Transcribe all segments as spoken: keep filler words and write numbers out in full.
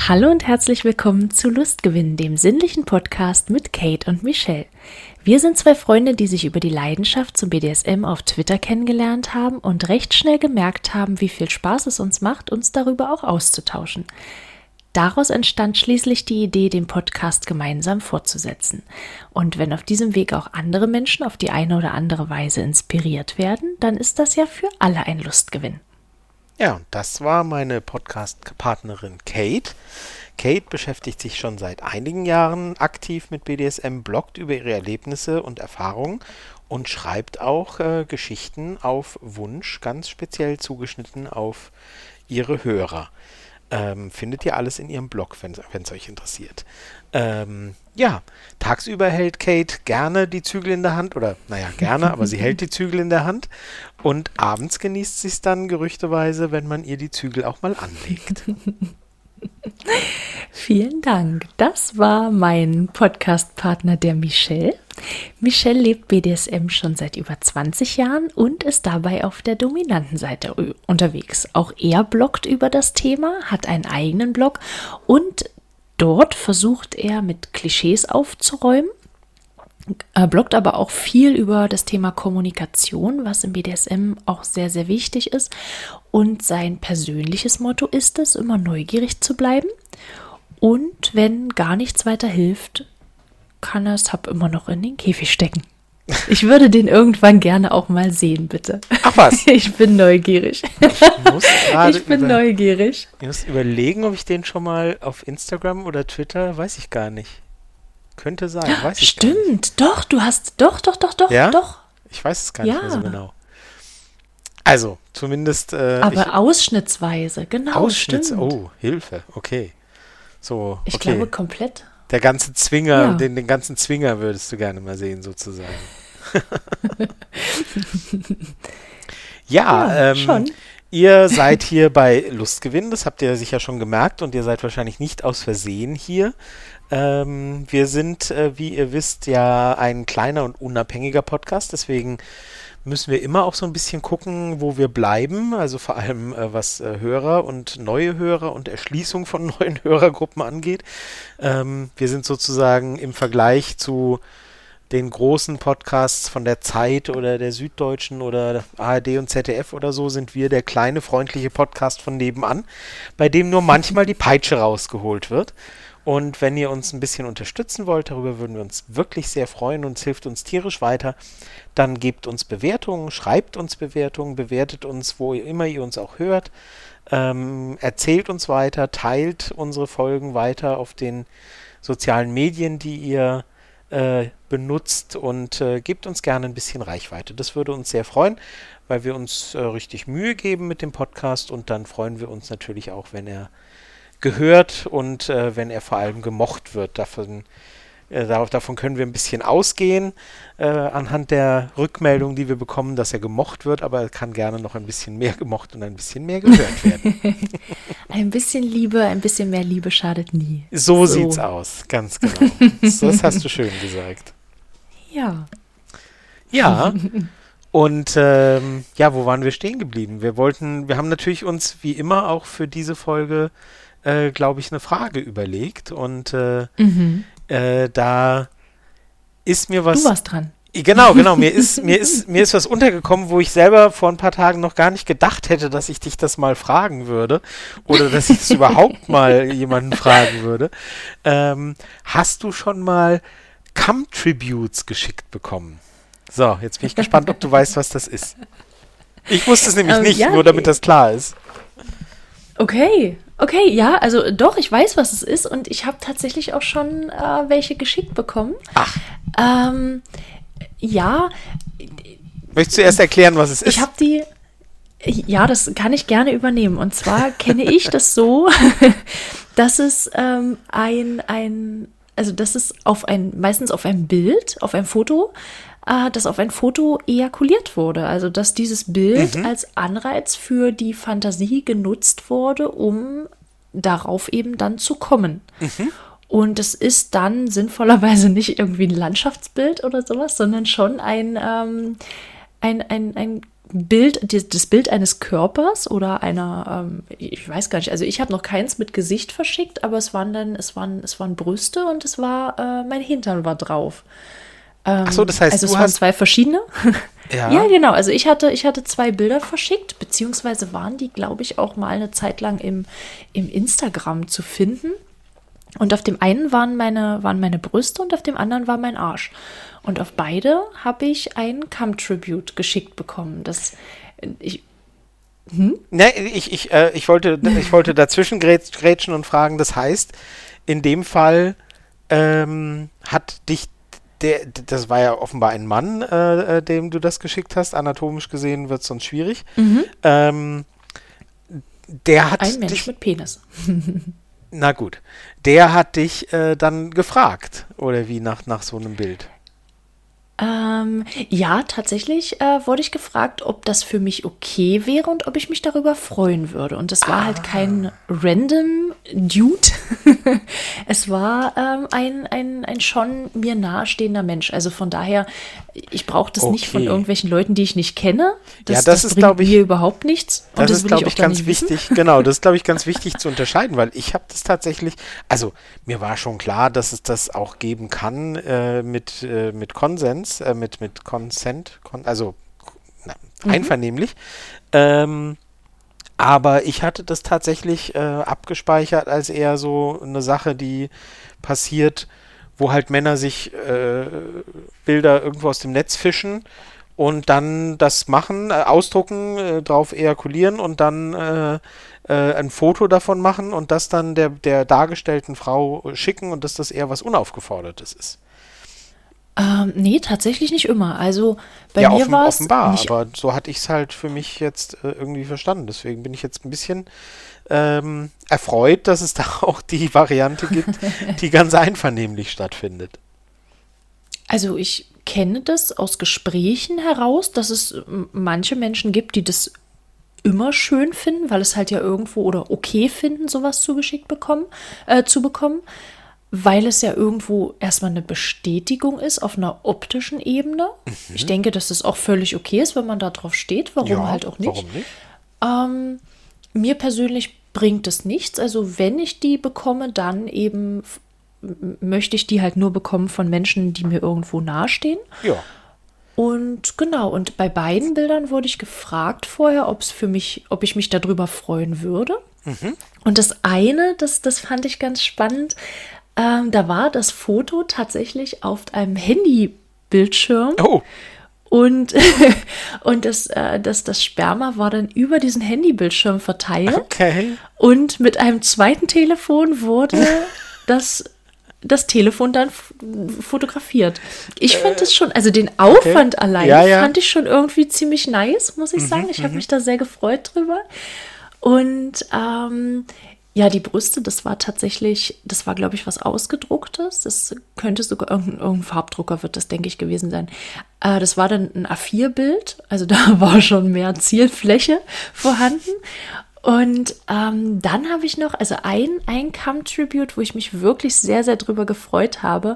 Hallo und herzlich willkommen zu Lustgewinn, dem sinnlichen Podcast mit Kate und Michelle. Wir sind zwei Freunde, die sich über die Leidenschaft zum B D S M auf Twitter kennengelernt haben und recht schnell gemerkt haben, wie viel Spaß es uns macht, uns darüber auch auszutauschen. Daraus entstand schließlich die Idee, den Podcast gemeinsam fortzusetzen. Und wenn auf diesem Weg auch andere Menschen auf die eine oder andere Weise inspiriert werden, dann ist das ja für alle ein Lustgewinn. Ja, und das war meine Podcast-Partnerin Kate. Kate beschäftigt sich schon seit einigen Jahren aktiv mit B D S M, bloggt über ihre Erlebnisse und Erfahrungen und schreibt auch äh, Geschichten auf Wunsch, ganz speziell zugeschnitten auf ihre Hörer. Ähm, findet ihr alles in ihrem Blog, wenn es euch interessiert. Ähm, ja, tagsüber hält Kate gerne die Zügel in der Hand, oder naja, gerne, aber sie hält die Zügel in der Hand und abends genießt sie es dann gerüchteweise, wenn man ihr die Zügel auch mal anlegt. Vielen Dank. Das war mein Podcast-Partner, der Michelle. Michelle lebt B D S M schon seit über zwanzig Jahren und ist dabei auf der dominanten Seite unterwegs. Auch er bloggt über das Thema, hat einen eigenen Blog und dort versucht er mit Klischees aufzuräumen. Er bloggt aber auch viel über das Thema Kommunikation, was im B D S M auch sehr, sehr wichtig ist. Und sein persönliches Motto ist es, immer neugierig zu bleiben. Und wenn gar nichts weiter hilft, kann er Sub immer noch in den Käfig stecken. Ich würde den irgendwann gerne auch mal sehen, bitte. Ach was? Ich bin neugierig. Ich, muss ich bin über, neugierig. Ich muss überlegen, ob ich den schon mal auf Instagram oder Twitter, weiß ich gar nicht. Könnte sein, weiß ich Stimmt, gar nicht. doch, du hast, doch, doch, doch, doch, ja? doch. Ich weiß es gar ja. nicht mehr so genau. Also, zumindest... Äh, Aber ich, ausschnittsweise, genau, Ausschnitts, stimmt. Oh, Hilfe, okay. So, Ich okay. glaube komplett. Der ganze Zwinger, Ja. den, den ganzen Zwinger würdest du gerne mal sehen, sozusagen. ja, Ja, ähm, schon. ihr seid hier bei Lustgewinn, das habt ihr sicher schon gemerkt und ihr seid wahrscheinlich nicht aus Versehen hier. Ähm, wir sind, äh, wie ihr wisst, ja ein kleiner und unabhängiger Podcast, deswegen müssen wir immer auch so ein bisschen gucken, wo wir bleiben, also vor allem äh, was äh, Hörer und neue Hörer und Erschließung von neuen Hörergruppen angeht. Ähm, wir sind sozusagen im Vergleich zu den großen Podcasts von der Zeit oder der Süddeutschen oder A R D und Z D F oder so, sind wir der kleine, freundliche Podcast von nebenan, bei dem nur manchmal die Peitsche rausgeholt wird. Und wenn ihr uns ein bisschen unterstützen wollt, darüber würden wir uns wirklich sehr freuen und es hilft uns tierisch weiter, dann gebt uns Bewertungen, schreibt uns Bewertungen, bewertet uns, wo immer ihr uns auch hört, ähm, erzählt uns weiter, teilt unsere Folgen weiter auf den sozialen Medien, die ihr äh, benutzt und äh, gebt uns gerne ein bisschen Reichweite. Das würde uns sehr freuen, weil wir uns äh, richtig Mühe geben mit dem Podcast und dann freuen wir uns natürlich auch, wenn er gehört und äh, wenn er vor allem gemocht wird. Davon, äh, darauf, davon können wir ein bisschen ausgehen, äh, anhand der Rückmeldung, die wir bekommen, dass er gemocht wird, aber er kann gerne noch ein bisschen mehr gemocht und ein bisschen mehr gehört werden. Ein bisschen Liebe, ein bisschen mehr Liebe schadet nie. So, So. sieht's aus, ganz genau. Das hast du schön gesagt. Ja. Ja, und ähm, ja, wo waren wir stehen geblieben? Wir wollten, wir haben natürlich uns wie immer auch für diese Folge Äh, glaube ich, eine Frage überlegt und äh, Mhm. äh, da ist mir was... Du warst dran. Genau, genau, mir ist, mir ist, mir ist was untergekommen, wo ich selber vor ein paar Tagen noch gar nicht gedacht hätte, dass ich dich das mal fragen würde oder dass ich das überhaupt mal jemanden fragen würde. Ähm, hast du schon mal Cum-Tributes geschickt bekommen? So, jetzt bin ich gespannt, ob du weißt, was das ist. Ich wusste es nämlich Ähm, nicht, ja, nur damit das klar ist. Okay, okay, ja, also doch, ich weiß, was es ist und ich habe tatsächlich auch schon äh, welche geschickt bekommen. Ach. Ähm, ja. Möchtest du erst erklären, was es ist? Ich habe die, ja, das kann ich gerne übernehmen. Und zwar kenne ich das so, dass es ähm, ein, ein, also das ist auf ein, meistens auf einem Bild, auf einem Foto, äh, dass auf ein Foto ejakuliert wurde. Also dass dieses Bild Mhm. als Anreiz für die Fantasie genutzt wurde, um darauf eben dann zu kommen. Mhm. Und es ist dann sinnvollerweise nicht irgendwie ein Landschaftsbild oder sowas, sondern schon ein, ähm, ein, ein, ein Bild, das Bild eines Körpers oder einer, ähm, ich weiß gar nicht, also ich habe noch keins mit Gesicht verschickt, aber es waren dann, es waren, es waren Brüste und es war, äh, mein Hintern war drauf. Ähm, Ach so, das heißt, also du es waren hast zwei verschiedene. Ja. Ja, genau. Also ich hatte, ich hatte zwei Bilder verschickt, beziehungsweise waren die, glaube ich, auch mal eine Zeit lang im, im Instagram zu finden. Und auf dem einen waren meine, waren meine Brüste und auf dem anderen war mein Arsch. Und auf beide habe ich ein Cum-Tribute geschickt bekommen. Das, ich, hm? Ne, ich, ich, äh, ich, wollte, ich wollte dazwischen grätschen und fragen, das heißt, in dem Fall ähm, hat dich Der, das war ja offenbar ein Mann, äh, dem du das geschickt hast. Anatomisch gesehen wird es sonst schwierig. Mhm. Ähm, der hat ein Mensch dich, mit Penis. Na gut. Der hat dich äh, dann gefragt, oder wie, nach, nach so einem Bild? Ähm, ja, tatsächlich äh, wurde ich gefragt, ob das für mich okay wäre und ob ich mich darüber freuen würde. Und es war ah. halt kein random Dude. Es war ähm, ein, ein, ein schon mir nahestehender Mensch. Also von daher, ich brauche das okay. nicht von irgendwelchen Leuten, die ich nicht kenne. Das, ja, das, das ist, bringt ich, mir überhaupt nichts. Und das, das ist, glaube ich, ganz wichtig. Genau, das ist, glaube ich, ganz wichtig zu unterscheiden, weil ich habe das tatsächlich, also mir war schon klar, dass es das auch geben kann äh, mit, äh, mit Konsens, äh, mit, mit Consent, kon, also na, mhm. einvernehmlich. Ähm, aber ich hatte das tatsächlich äh, abgespeichert als eher so eine Sache, die passiert, wo halt Männer sich äh, Bilder irgendwo aus dem Netz fischen und dann das machen, äh, ausdrucken, äh, drauf ejakulieren und dann äh, äh, ein Foto davon machen und das dann der, der dargestellten Frau schicken und dass das eher was Unaufgefordertes ist. Ähm, nee, tatsächlich nicht immer. Also bei ja, mir offen, war es offenbar, nicht, aber so hatte ich es halt für mich jetzt äh, irgendwie verstanden. Deswegen bin ich jetzt ein bisschen ähm, erfreut, dass es da auch die Variante gibt, die ganz einvernehmlich stattfindet. Also ich kenne das aus Gesprächen heraus, dass es manche Menschen gibt, die das immer schön finden, weil es halt ja irgendwo oder okay finden, sowas zugeschickt bekommen, äh, zu bekommen, weil es ja irgendwo erstmal eine Bestätigung ist auf einer optischen Ebene. Mhm. Ich denke, dass es auch völlig okay ist, wenn man da drauf steht. Warum ja, halt auch nicht? Warum nicht? Ähm, mir persönlich bringt es nichts. Also wenn ich die bekomme, dann eben f- möchte ich die halt nur bekommen von Menschen, die mir irgendwo nahestehen. Ja. Und genau, und bei beiden Bildern wurde ich gefragt vorher, ob es für mich, ob ich mich darüber freuen würde. Mhm. Und das eine, das, das fand ich ganz spannend, ähm, da war das Foto tatsächlich auf einem Handybildschirm. Oh. Und, und das, äh, das, das Sperma war dann über diesen Handybildschirm verteilt. Okay. Und mit einem zweiten Telefon wurde das, das Telefon dann f- fotografiert. Ich äh, fand es schon, also den Aufwand okay. allein ja, ja. fand ich schon irgendwie ziemlich nice, muss ich mhm, sagen. Ich habe mich da sehr gefreut drüber. Und ähm, ja, die Brüste, das war tatsächlich, das war, glaube ich, was Ausgedrucktes. Das könnte sogar irgendein, irgendein Farbdrucker wird das, denke ich, gewesen sein. Äh, das war dann ein A vier Bild, also da war schon mehr Zielfläche vorhanden. Und ähm, dann habe ich noch, also ein, ein Cum-Tribute, wo ich mich wirklich sehr, sehr drüber gefreut habe.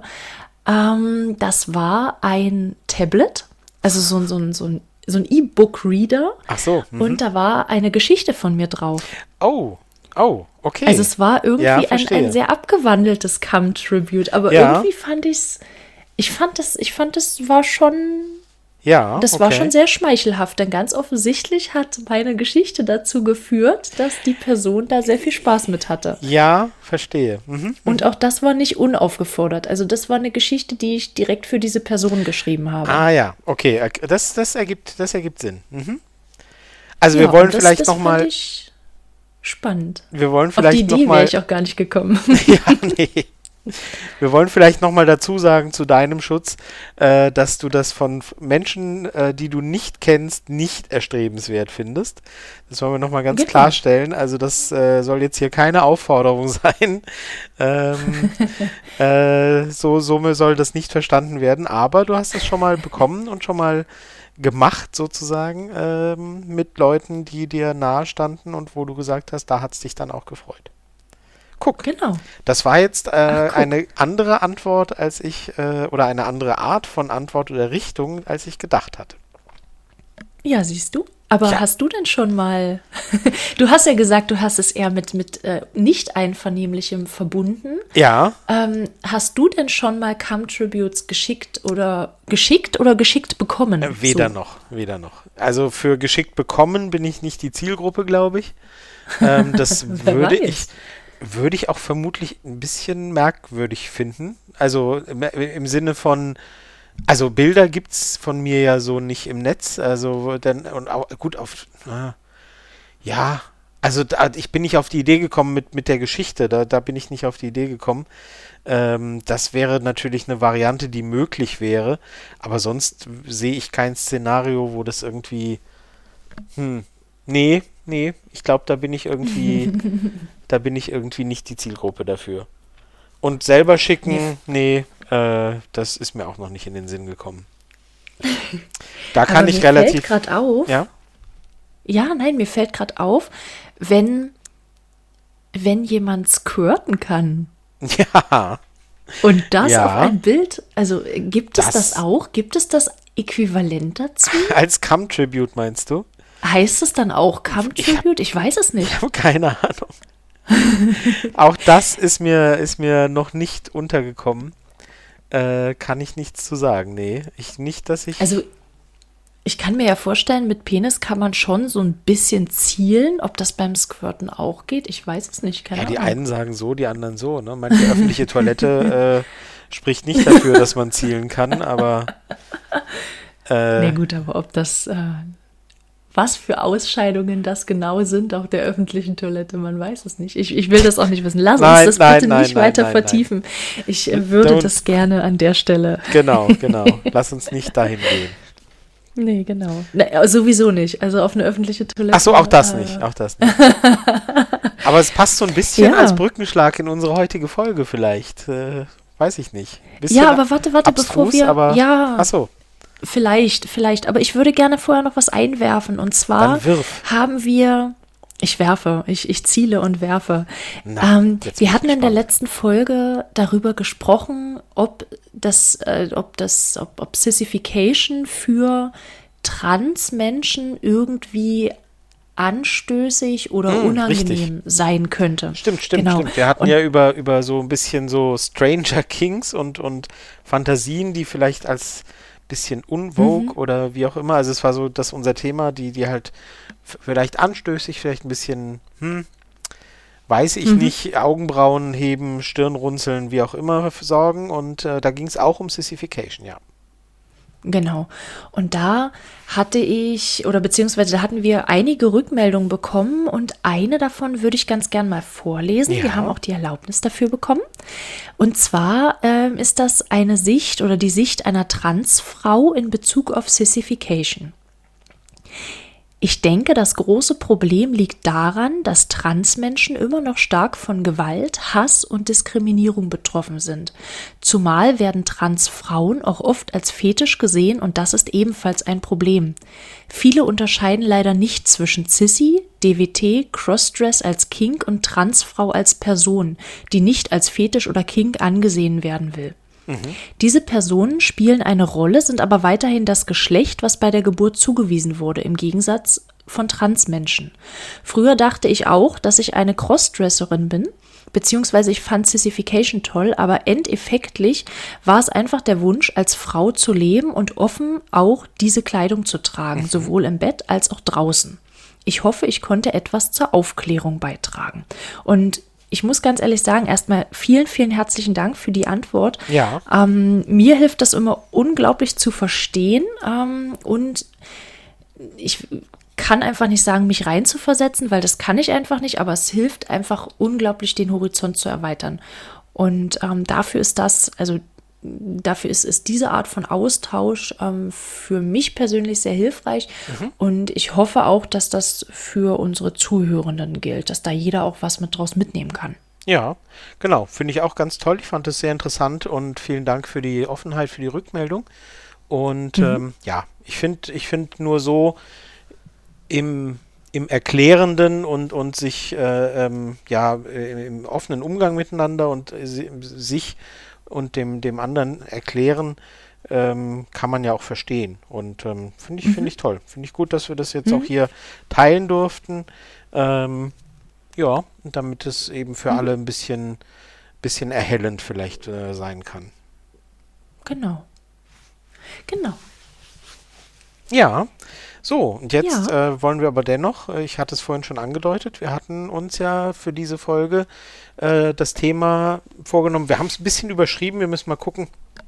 Ähm, das war ein Tablet, also so, so, so, so ein so ein E-Book-Reader. Ach so. Mhm. Und da war eine Geschichte von mir drauf. Oh, oh, okay. Also es war irgendwie ja, ein, ein sehr abgewandeltes Cum-Tribute, aber ja. irgendwie fand ich es, ich fand das, ich fand das war schon, ja, das okay. war schon sehr schmeichelhaft, denn ganz offensichtlich hat meine Geschichte dazu geführt, dass die Person da sehr viel Spaß mit hatte. Ja, verstehe. Mhm. Und auch das war nicht unaufgefordert. Also das war eine Geschichte, die ich direkt für diese Person geschrieben habe. Ah ja, okay, das, das, ergibt, das ergibt Sinn. Mhm. Also ja, wir wollen das, vielleicht das nochmal... fand ich spannend. Wir wollen vielleicht Auf die Idee wäre ich auch gar nicht gekommen. ja, nee. Wir wollen vielleicht nochmal dazu sagen, zu deinem Schutz, äh, dass du das von Menschen, äh, die du nicht kennst, nicht erstrebenswert findest. Das wollen wir nochmal ganz genau. klarstellen. Also das äh, soll jetzt hier keine Aufforderung sein. Ähm, äh, so, so soll das nicht verstanden werden. Aber du hast es schon mal bekommen und schon mal gemacht sozusagen ähm, mit Leuten, die dir nahe standen und wo du gesagt hast, da hat es dich dann auch gefreut. Guck, genau. Das war jetzt äh, Ach, eine andere Antwort, als ich, äh, oder eine andere Art von Antwort oder Richtung, als ich gedacht hatte. Ja, siehst du. Aber Ja. hast du denn schon mal, du hast ja gesagt, du hast es eher mit, mit äh, nicht einvernehmlichem verbunden. Ja, Ähm, hast du denn schon mal Come-Tributes geschickt oder geschickt oder geschickt bekommen? äh, weder So. noch, weder noch. Also für geschickt bekommen bin ich nicht die Zielgruppe, glaube ich. Ähm, das Wer würde weiß. ich, würde ich auch vermutlich ein bisschen merkwürdig finden. Also im, im Sinne von, also Bilder gibt's von mir ja so nicht im Netz. Also dann und auch, gut auf, na, ja, also da, ich bin nicht auf die Idee gekommen mit mit der Geschichte. Da da bin ich nicht auf die Idee gekommen. Ähm, das wäre natürlich eine Variante, die möglich wäre. Aber sonst sehe ich kein Szenario, wo das irgendwie, hm, nee, nee, ich glaube, da bin ich irgendwie, da bin ich irgendwie nicht die Zielgruppe dafür. Und selber Mir, schicken, nee, äh, das ist mir auch noch nicht in den Sinn gekommen. Da kann aber ich mir fällt relativ, gerade auf, ja, ja, nein, mir fällt gerade auf, wenn, wenn jemand squirten kann ja, und das auf ja, ein Bild, also äh, gibt es das das auch? Gibt es das Äquivalent dazu? als Come-Tribute meinst du? Heißt es dann auch Ich habe Come-Tribute? Ich weiß es ich nicht. hab keine Ahnung. Auch das ist mir, ist mir noch nicht untergekommen. Äh, kann ich nichts zu sagen, nee. Ich nicht, dass ich. Also ich kann mir ja vorstellen, mit Penis kann man schon so ein bisschen zielen. Ob das beim Squirten auch geht, ich weiß es nicht, Ja, keine die Ahnung. einen sagen so, die anderen so, ne? Manche öffentliche Toilette äh, spricht nicht dafür, dass man zielen kann, aber Nee, äh, gut, aber ob das, äh, was für Ausscheidungen das genau sind auf der öffentlichen Toilette, man weiß es nicht. Ich, ich will das auch nicht wissen. Lass uns nein, das nein, bitte nein, nicht nein, weiter nein, nein. vertiefen. Ich äh, würde Don't. das gerne an der Stelle. Genau, genau. Lass uns nicht dahin gehen. Nee, genau. Nee, sowieso nicht. Also auf eine öffentliche Toilette. Ach so, auch das nicht, Äh, auch das nicht. Aber es passt so ein bisschen als ja. Brückenschlag in unsere heutige Folge vielleicht. Äh, weiß ich nicht. Bisschen Ja, aber warte, warte, bevor abstrus, wir. aber Ja, ach so, vielleicht, vielleicht. Aber ich würde gerne vorher noch was einwerfen. Und zwar dann wirf. haben wir. Ich werfe, ich, ich ziele und werfe. Na, Ähm, jetzt bin wir ich hatten in der gespannt. letzten Folge darüber gesprochen, ob das, äh, ob das, ob, ob Sissification für Transmenschen irgendwie anstößig oder Hm, unangenehm richtig. sein könnte. Stimmt, stimmt, Genau. stimmt. Wir hatten Und ja über, über so ein bisschen so Stranger Kings und, und Fantasien, die vielleicht als bisschen unvogue oder wie auch immer, also es war so das unser Thema, die, die halt f- vielleicht anstößig, vielleicht ein bisschen, hm, weiß ich nicht, Augenbrauen heben, Stirn runzeln, wie auch immer sorgen und äh, da ging es auch um Sissification, ja. Genau. Und da hatte ich, oder beziehungsweise da hatten wir einige Rückmeldungen bekommen und eine davon würde ich ganz gern mal vorlesen. Ja. Wir haben auch die Erlaubnis dafür bekommen. Und zwar ähm, ist das eine Sicht oder die Sicht einer Transfrau in Bezug auf Sissification. Ich denke, das große Problem liegt daran, dass Transmenschen immer noch stark von Gewalt, Hass und Diskriminierung betroffen sind. Zumal werden Transfrauen auch oft als Fetisch gesehen und das ist ebenfalls ein Problem. Viele unterscheiden leider nicht zwischen Cissi, D W T, Crossdress als Kink und Transfrau als Person, die nicht als Fetisch oder Kink angesehen werden will. Diese Personen spielen eine Rolle, sind aber weiterhin das Geschlecht, was bei der Geburt zugewiesen wurde, im Gegensatz von Transmenschen. Früher dachte ich auch, dass ich eine Crossdresserin bin, beziehungsweise ich fand Sissification toll, aber endeffektlich war es einfach der Wunsch, als Frau zu leben und offen auch diese Kleidung zu tragen, sowohl im Bett als auch draußen. Ich hoffe, ich konnte etwas zur Aufklärung beitragen. Und ich muss ganz ehrlich sagen, erstmal vielen, vielen herzlichen Dank für die Antwort. Ja. Ähm, mir hilft das immer unglaublich zu verstehen ähm, und ich kann einfach nicht sagen, mich reinzuversetzen, weil das kann ich einfach nicht, aber es hilft einfach unglaublich, den Horizont zu erweitern. Und ähm, dafür ist das, also dafür ist, ist diese Art von Austausch ähm, für mich persönlich sehr hilfreich. Und ich hoffe auch, dass das für unsere Zuhörenden gilt, dass da jeder auch was mit draus mitnehmen kann. Ja, genau. Finde ich auch ganz toll. Ich fand es sehr interessant und vielen Dank für die Offenheit, für die Rückmeldung. Und ähm, ja, ich finde ich find nur so im, im Erklärenden und, und sich äh, ähm, ja, äh, im offenen Umgang miteinander und äh, si- sich und dem, dem anderen erklären, ähm, kann man ja auch verstehen. Und ähm, finde ich, Mhm. finde ich toll. Finde ich gut, dass wir das jetzt Mhm. auch hier teilen durften. Ähm, ja, damit es eben für Mhm. alle ein bisschen, bisschen erhellend vielleicht äh, sein kann. Genau. Genau. Ja, so, und jetzt Ja. äh, wollen wir aber dennoch, äh, ich hatte es vorhin schon angedeutet, wir hatten uns ja für diese Folge äh, das Thema vorgenommen. Wir haben es ein bisschen überschrieben, wir müssen mal gucken,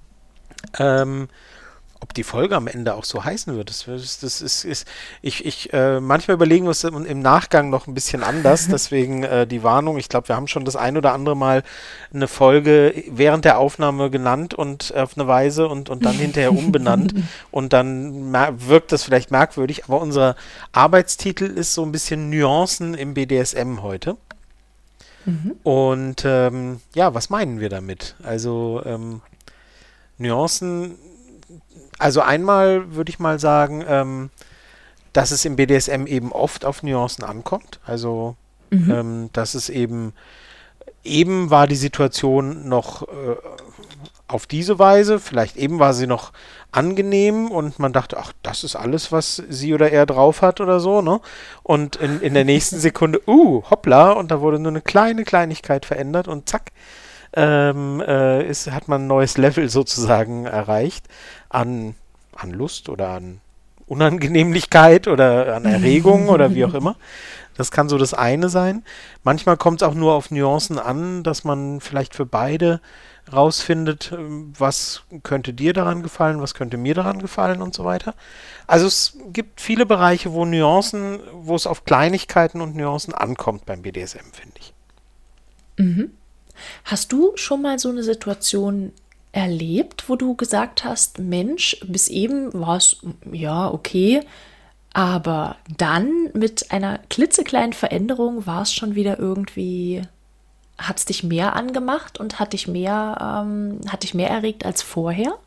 ähm, ob die Folge am Ende auch so heißen wird. Das, das, das ist, ist ich, ich äh, manchmal überlegen wir es im, im Nachgang noch ein bisschen anders, deswegen äh, die Warnung. Ich glaube, wir haben schon das ein oder andere Mal eine Folge während der Aufnahme genannt und auf eine Weise und, und dann hinterher umbenannt und dann mer- wirkt das vielleicht merkwürdig, aber unser Arbeitstitel ist so ein bisschen Nuancen im B D S M heute. Mhm. Und ähm, ja, was meinen wir damit? Also ähm, Nuancen. Also einmal würde ich mal sagen, ähm, dass es im B D S M eben oft auf Nuancen ankommt. Also, Mhm. ähm, dass es eben, eben war die Situation noch äh, auf diese Weise, vielleicht eben war sie noch angenehm und man dachte, ach, das ist alles, was sie oder er drauf hat oder so, ne? Und in, in der nächsten Sekunde, uh, hoppla, und da wurde nur eine kleine Kleinigkeit verändert und zack, ähm, äh, ist, hat man ein neues Level sozusagen erreicht an, an Lust oder an Unangenehmlichkeit oder an Erregung oder wie auch immer. Das kann so das eine sein. Manchmal kommt es auch nur auf Nuancen an, dass man vielleicht für beide rausfindet, ähm, was könnte dir daran gefallen, was könnte mir daran gefallen und so weiter. Also es gibt viele Bereiche, wo Nuancen, wo es auf Kleinigkeiten und Nuancen ankommt beim B D S M, finde ich. Mhm. Hast du schon mal so eine Situation erlebt, wo du gesagt hast, Mensch, bis eben war es ja okay, aber dann mit einer klitzekleinen Veränderung war es schon wieder irgendwie, hat es dich mehr angemacht und hat dich mehr, ähm, hat dich mehr erregt als vorher?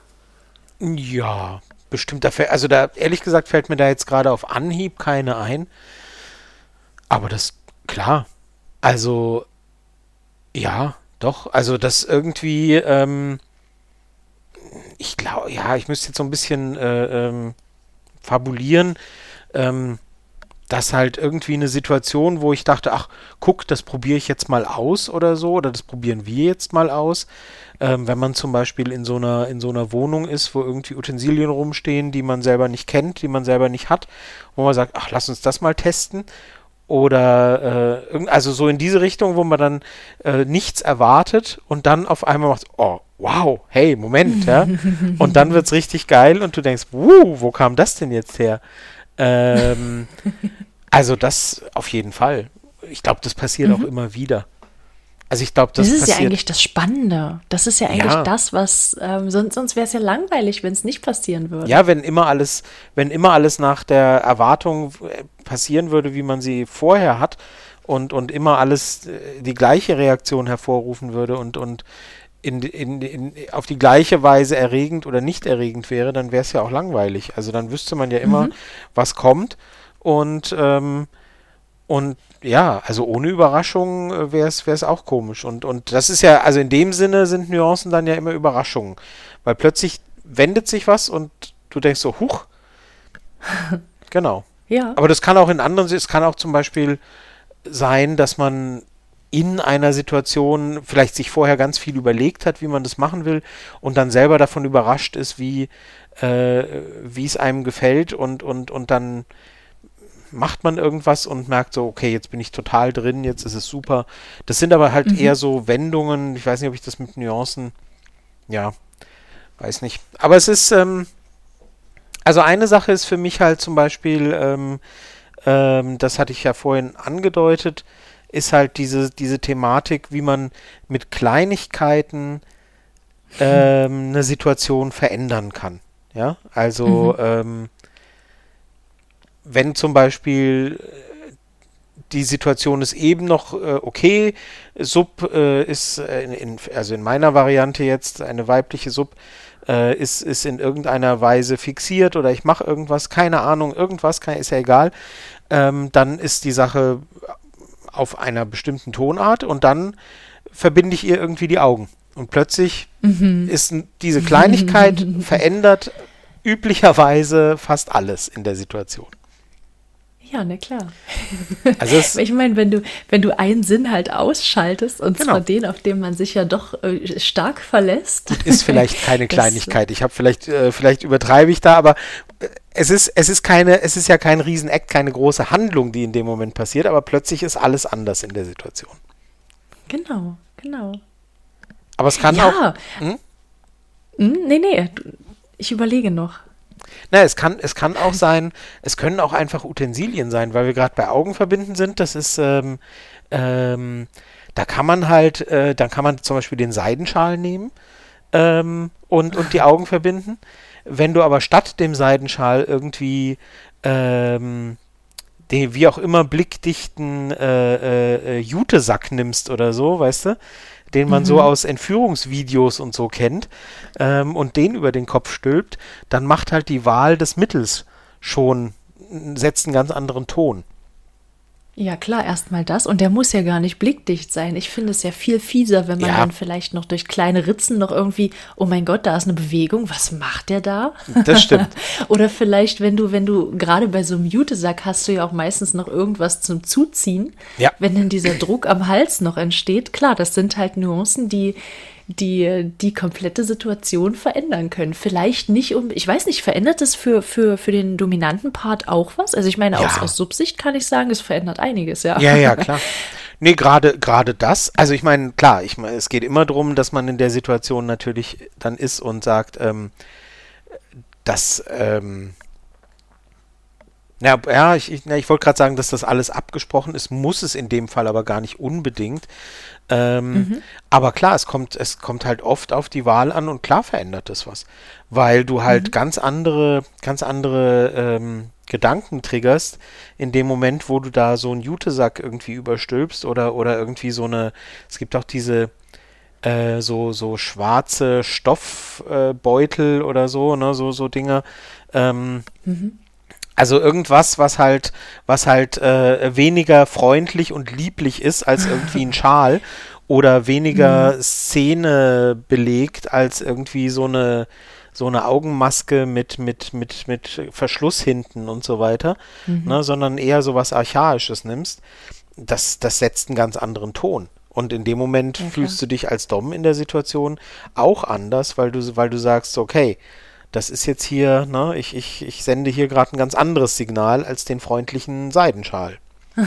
Ja, bestimmt. Da fäll- Also da, ehrlich gesagt, fällt mir da jetzt gerade auf Anhieb keine ein. Aber das, klar. Also, ja, doch. Also das irgendwie, ähm, ich glaube, ja, ich müsste jetzt so ein bisschen äh, ähm, fabulieren. Ähm, dass halt irgendwie eine Situation, wo ich dachte, ach, guck, das probiere ich jetzt mal aus oder so, oder das probieren wir jetzt mal aus. Ähm, wenn man zum Beispiel in so einer, in so einer Wohnung ist, wo irgendwie Utensilien rumstehen, die man selber nicht kennt, die man selber nicht hat, wo man sagt, ach, lass uns das mal testen. Oder äh, irgend- also so in diese Richtung, wo man dann äh, nichts erwartet und dann auf einmal macht, oh, wow, hey, Moment, ja. Und dann wird's richtig geil und du denkst, wuh, wo kam das denn jetzt her? Ähm, also das auf jeden Fall. Ich glaube, das passiert auch Mhm. immer wieder. Also ich glaube, Das das ist ja passiert. eigentlich das Spannende. Das ist ja eigentlich Ja, das, was, ähm, sonst, sonst wäre es ja langweilig, wenn es nicht passieren würde. ja, wenn immer alles, wenn immer alles nach der Erwartung äh, passieren würde, wie man sie vorher hat und, und immer alles äh, die gleiche Reaktion hervorrufen würde und, und in, in, in, auf die gleiche Weise erregend oder nicht erregend wäre, dann wäre es ja auch langweilig. Also dann wüsste man ja immer, Mhm. was kommt und ähm, Und ja, also ohne Überraschung äh, wäre es wäre es auch komisch. Und, und das ist ja, also in dem Sinne sind Nuancen dann ja immer Überraschungen. Weil plötzlich wendet sich was und du denkst so, huch, genau. Ja. Aber das kann auch in anderen, es kann auch zum Beispiel sein, dass man in einer Situation vielleicht sich vorher ganz viel überlegt hat, wie man das machen will und dann selber davon überrascht ist, wie, äh, wie es einem gefällt und, und, und dann macht man irgendwas und merkt so, okay, jetzt bin ich total drin, jetzt ist es super. Das sind aber halt eher Mhm. so Wendungen, ich weiß nicht, ob ich das mit Nuancen, ja, weiß nicht. Aber es ist, ähm, also eine Sache ist für mich halt zum Beispiel, ähm, ähm, das hatte ich ja vorhin angedeutet, ist halt diese, diese Thematik, wie man mit Kleinigkeiten ähm, eine Situation verändern kann. Ja, also Mhm. ähm, wenn zum Beispiel die Situation ist eben noch äh, okay. Sub äh, ist, äh, in, also in meiner Variante jetzt, eine weibliche Sub, äh, ist, ist in irgendeiner Weise fixiert oder ich mache irgendwas, keine Ahnung, irgendwas, kann, ist ja egal. Ähm, dann ist die Sache auf einer bestimmten Tonart und dann verbinde ich ihr irgendwie die Augen. Und plötzlich Mhm. ist n- diese Kleinigkeit verändert üblicherweise fast alles in der Situation. Ja, na klar. Also es, Ich meine, wenn du, wenn du einen Sinn halt ausschaltest, und Genau. zwar den, auf den man sich ja doch äh, stark verlässt. ist vielleicht keine Das- Kleinigkeit. Ich habe vielleicht, äh, vielleicht übertreibe ich da, aber äh, es ist, es ist keine, es ist ja kein Riesenakt, keine große Handlung, die in dem Moment passiert, aber plötzlich ist alles anders in der Situation. Genau, genau. Aber es kann auch, Ja. Hm? Hm, nee, nee, du- ich überlege noch. na, es kann, es kann auch sein, es können auch einfach Utensilien sein, weil wir gerade bei Augen verbinden sind. Das ist, ähm, ähm, da kann man halt, äh, dann kann man zum Beispiel den Seidenschal nehmen ähm, und, und die Augen verbinden. Wenn du aber statt dem Seidenschal irgendwie ähm, den wie auch immer blickdichten äh, äh, äh, Jutesack nimmst oder so, weißt du, den man so aus Entführungsvideos und so kennt, ähm, und den über den Kopf stülpt, dann macht halt die Wahl des Mittels schon, setzt einen ganz anderen Ton. Ja, klar, erstmal das. Und der muss ja gar nicht blickdicht sein. Ich finde es ja viel fieser, wenn man Ja. dann vielleicht noch durch kleine Ritzen noch irgendwie, oh mein Gott, da ist eine Bewegung, was macht der da? Das stimmt. Oder vielleicht, wenn du, wenn du, gerade bei so einem Jutesack hast du ja auch meistens noch irgendwas zum Zuziehen. Ja. Wenn dann dieser Druck am Hals noch entsteht, klar, das sind halt Nuancen, die die die komplette Situation verändern können. Vielleicht nicht um, ich weiß nicht, verändert es für, für, für den dominanten Part auch was? Also ich meine, Ja. aus, aus Subsicht kann ich sagen, es verändert einiges, ja. Ja, ja, klar. Nee, gerade gerade das, also ich meine, klar, ich meine, es geht immer darum, dass man in der Situation natürlich dann ist und sagt, ähm, dass, ähm, ja, ja, ich, ich, na, ich wollte gerade sagen, dass das alles abgesprochen ist, muss es in dem Fall aber gar nicht unbedingt. Ähm, Aber klar, es kommt, es kommt halt oft auf die Wahl an und klar verändert das was. Weil du halt ganz andere, ganz andere ähm, Gedanken triggerst in dem Moment, wo du da so einen Jutesack irgendwie überstülpst oder, oder irgendwie so eine, es gibt auch diese äh, so, so schwarze Stoffbeutel äh, Beutel oder so, ne, so, so Dinger. Ähm, Also irgendwas, was halt, was halt äh, weniger freundlich und lieblich ist als irgendwie ein Schal oder weniger Szene belegt als irgendwie so eine so eine Augenmaske mit mit mit mit Verschluss hinten und so weiter, ne, sondern eher so was Archaisches nimmst. Das das setzt einen ganz anderen Ton. Und in dem Moment Ja, fühlst klar. du dich als Dom in der Situation auch anders, weil du weil du sagst, okay, das ist jetzt hier, ne, ich, ich, ich sende hier gerade ein ganz anderes Signal als den freundlichen Seidenschal.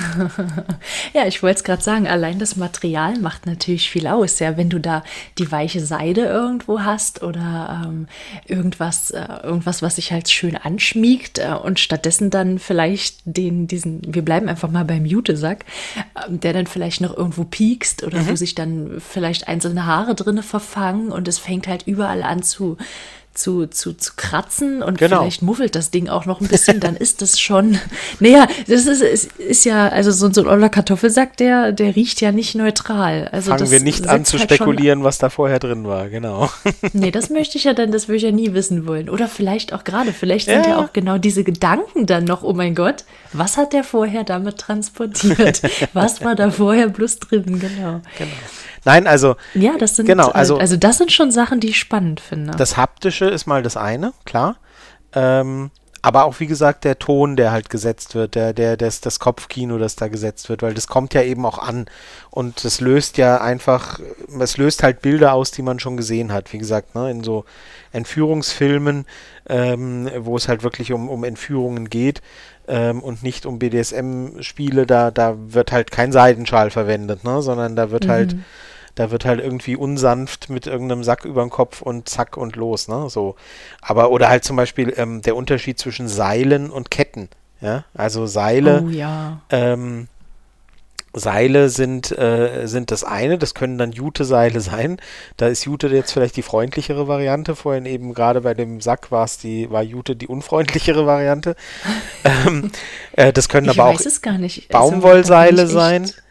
Ja, ich wollte es gerade sagen, allein das Material macht natürlich viel aus. Ja, wenn du da die weiche Seide irgendwo hast oder ähm, irgendwas, äh, irgendwas, was sich halt schön anschmiegt äh, und stattdessen dann vielleicht den, diesen, wir bleiben einfach mal beim Jutesack, ähm, der dann vielleicht noch irgendwo piekst oder wo sich dann vielleicht einzelne Haare drinne verfangen und es fängt halt überall an zu Zu, zu, zu kratzen und Genau. vielleicht muffelt das Ding auch noch ein bisschen, dann ist das schon, naja, das ist, ist, ist ja, also so, so ein oller Kartoffelsack, der, der riecht ja nicht neutral. Also Fangen das wir nicht an setzt zu halt schon- spekulieren, was da vorher drin war, genau. Nee, das möchte ich ja dann, das würde ich ja nie wissen wollen. Oder vielleicht auch gerade, vielleicht sind ja. Ja. auch genau diese Gedanken dann noch, oh mein Gott, was hat der vorher damit transportiert? Was war da vorher bloß drin, genau. Nein, also Ja, das sind, Genau, also- also, also das sind schon Sachen, die ich spannend finde. das Haptische ist mal das eine, klar. Ähm, aber auch, wie gesagt, der Ton, der halt gesetzt wird, der, der, das, das Kopfkino, das da gesetzt wird, weil das kommt ja eben auch an. Und das löst ja einfach, es löst halt Bilder aus, die man schon gesehen hat. Wie gesagt, ne, in so Entführungsfilmen, ähm, wo es halt wirklich um, um Entführungen geht ähm, und nicht um B D S M-Spiele, da, da wird halt kein Seidenschal verwendet, ne, sondern da wird halt Da wird halt irgendwie unsanft mit irgendeinem Sack über den Kopf und zack und los, ne? So. Aber, oder halt zum Beispiel ähm, der Unterschied zwischen Seilen und Ketten. Ja, also Seile, Oh ja. ähm, Seile sind, äh, sind das eine, das können dann Jute-Seile sein. Da ist Jute jetzt vielleicht die freundlichere Variante. Vorhin eben gerade bei dem Sack war es die, war Jute die unfreundlichere Variante. ähm, äh, das können Ich aber weiß auch es gar nicht. Also, Baumwollseile da bin ich echt- sein.